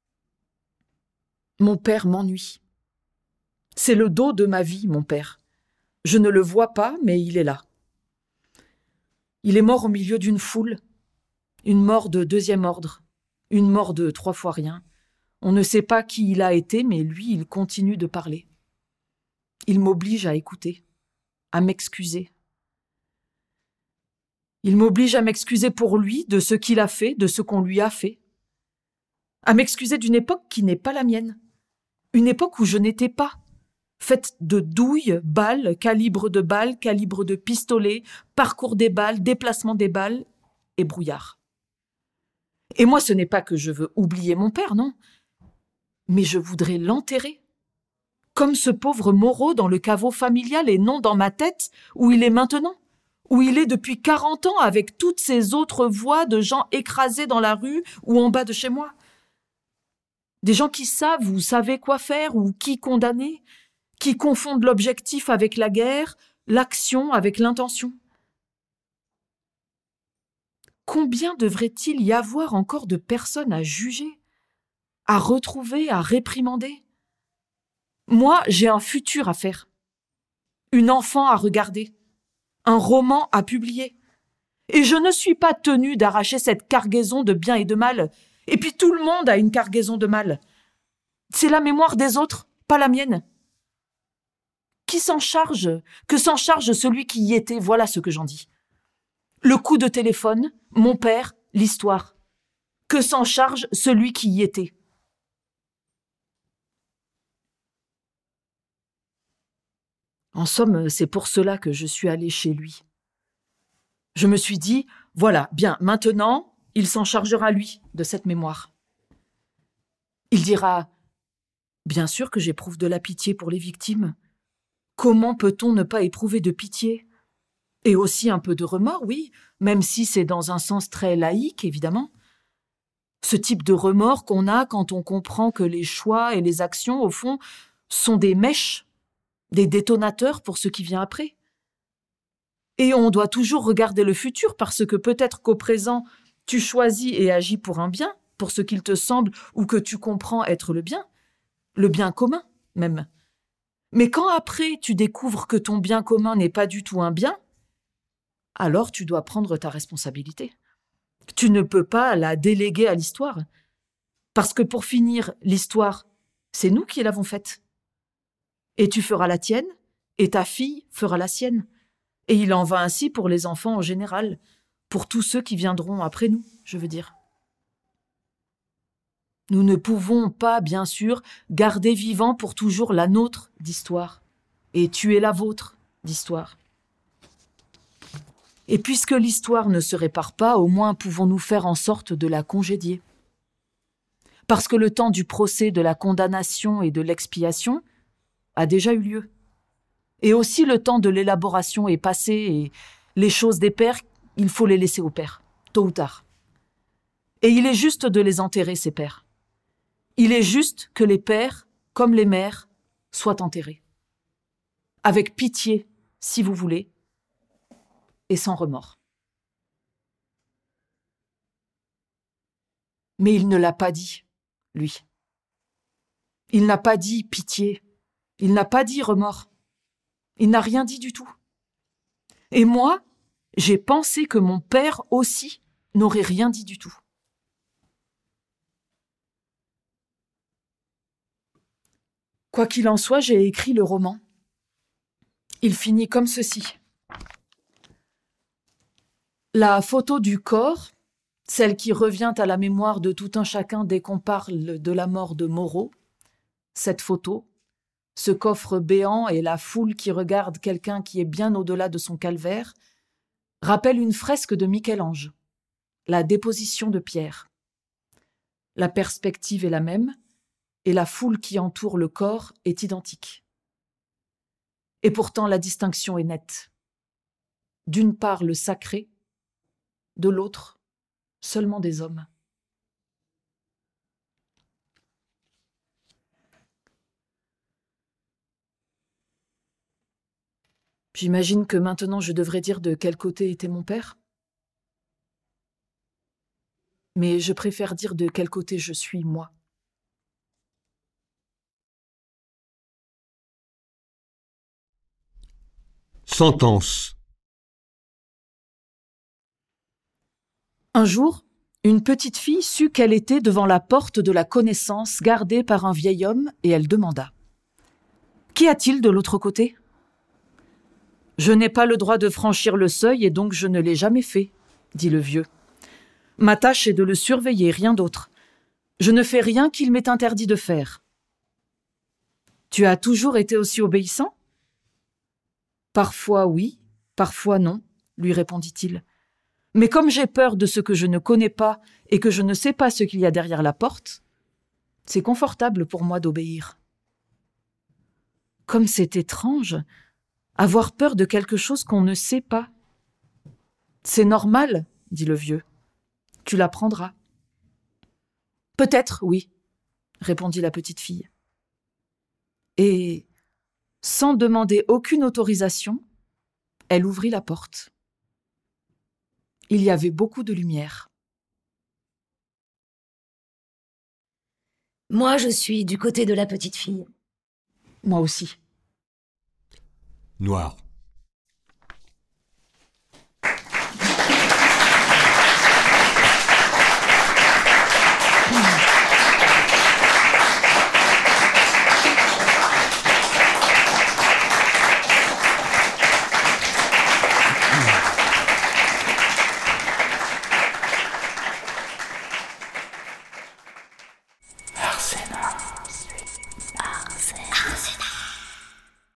Mon père m'ennuie. C'est le dos de ma vie, mon père. Je ne le vois pas, mais il est là. Il est mort au milieu d'une foule, une mort de deuxième ordre, une mort de 3 fois rien. On ne sait pas qui il a été, mais lui, il continue de parler. Il m'oblige à écouter, à m'excuser. Il m'oblige à m'excuser pour lui, de ce qu'il a fait, de ce qu'on lui a fait. À m'excuser d'une époque qui n'est pas la mienne. Une époque où je n'étais pas. Faite de douilles, balles, calibre de pistolet, parcours des balles, déplacement des balles et brouillard. Et moi, ce n'est pas que je veux oublier mon père, non. Mais je voudrais l'enterrer. Comme ce pauvre Moreau dans le caveau familial et non dans ma tête, où il est maintenant. Où il est depuis 40 ans avec toutes ces autres voix de gens écrasés dans la rue ou en bas de chez moi. Des gens qui savent ou savaient quoi faire ou qui condamner, qui confondent l'objectif avec la guerre, l'action avec l'intention. Combien devrait-il y avoir encore de personnes à juger, à retrouver, à réprimander? Moi, j'ai un futur à faire, une enfant à regarder, un roman à publier. Et je ne suis pas tenue d'arracher cette cargaison de bien et de mal. Et puis tout le monde a une cargaison de mal. C'est la mémoire des autres, pas la mienne. Qui s'en charge? Que s'en charge celui qui y était? Voilà ce que j'en dis. Le coup de téléphone, mon père, l'histoire. Que s'en charge celui qui y était? En somme, c'est pour cela que je suis allée chez lui. Je me suis dit, voilà, bien, maintenant, il s'en chargera lui de cette mémoire. Il dira, bien sûr que j'éprouve de la pitié pour les victimes. Comment peut-on ne pas éprouver de pitié? Et aussi un peu de remords, oui, même si c'est dans un sens très laïque, évidemment. Ce type de remords qu'on a quand on comprend que les choix et les actions, au fond, sont des mèches, des détonateurs pour ce qui vient après. Et on doit toujours regarder le futur parce que peut-être qu'au présent, tu choisis et agis pour un bien, pour ce qu'il te semble ou que tu comprends être le bien commun même. Mais quand après tu découvres que ton bien commun n'est pas du tout un bien, alors tu dois prendre ta responsabilité. Tu ne peux pas la déléguer à l'histoire. Parce que pour finir, l'histoire, c'est nous qui l'avons faite. Et tu feras la tienne, et ta fille fera la sienne. Et il en va ainsi pour les enfants en général, pour tous ceux qui viendront après nous, je veux dire. Nous ne pouvons pas, bien sûr, garder vivant pour toujours la nôtre d'histoire, et tuer la vôtre d'histoire. Et puisque l'histoire ne se répare pas, au moins pouvons-nous faire en sorte de la congédier. Parce que le temps du procès, de la condamnation et de l'expiation a déjà eu lieu. Et aussi le temps de l'élaboration est passé et les choses des pères, il faut les laisser aux pères, tôt ou tard. Et il est juste de les enterrer, ces pères. Il est juste que les pères, comme les mères, soient enterrés. Avec pitié, si vous voulez, et sans remords. Mais il ne l'a pas dit, lui. Il n'a pas dit pitié, il n'a pas dit remords. Il n'a rien dit du tout. Et moi, j'ai pensé que mon père aussi n'aurait rien dit du tout. Quoi qu'il en soit, j'ai écrit le roman. Il finit comme ceci. La photo du corps, celle qui revient à la mémoire de tout un chacun dès qu'on parle de la mort de Moreau, cette photo, Ce coffre béant et la foule qui regarde quelqu'un qui est bien au-delà de son calvaire rappellent une fresque de Michel-Ange, la déposition de Pierre. La perspective est la même et la foule qui entoure le corps est identique. Et pourtant la distinction est nette. D'une part le sacré, de l'autre seulement des hommes. J'imagine que maintenant je devrais dire de quel côté était mon père. Mais je préfère dire de quel côté je suis, moi. Sentence. Un jour, une petite fille sut qu'elle était devant la porte de la connaissance gardée par un vieil homme et elle demanda « Qu'y a-t-il de l'autre côté ?»« Je n'ai pas le droit de franchir le seuil et donc je ne l'ai jamais fait, » dit le vieux. « Ma tâche est de le surveiller, rien d'autre. Je ne fais rien qu'il m'est interdit de faire. »« Tu as toujours été aussi obéissant ?»« Parfois oui, parfois non, » lui répondit-il. « Mais comme j'ai peur de ce que je ne connais pas et que je ne sais pas ce qu'il y a derrière la porte, c'est confortable pour moi d'obéir. » Comme c'est étrange, avoir peur de quelque chose qu'on ne sait pas. « C'est normal, » dit le vieux. « Tu l'apprendras. »« Peut-être, oui, » répondit la petite fille. Et, sans demander aucune autorisation, elle ouvrit la porte. Il y avait beaucoup de lumière. Moi, je suis du côté de la petite fille. Moi aussi. Noir. Arsena.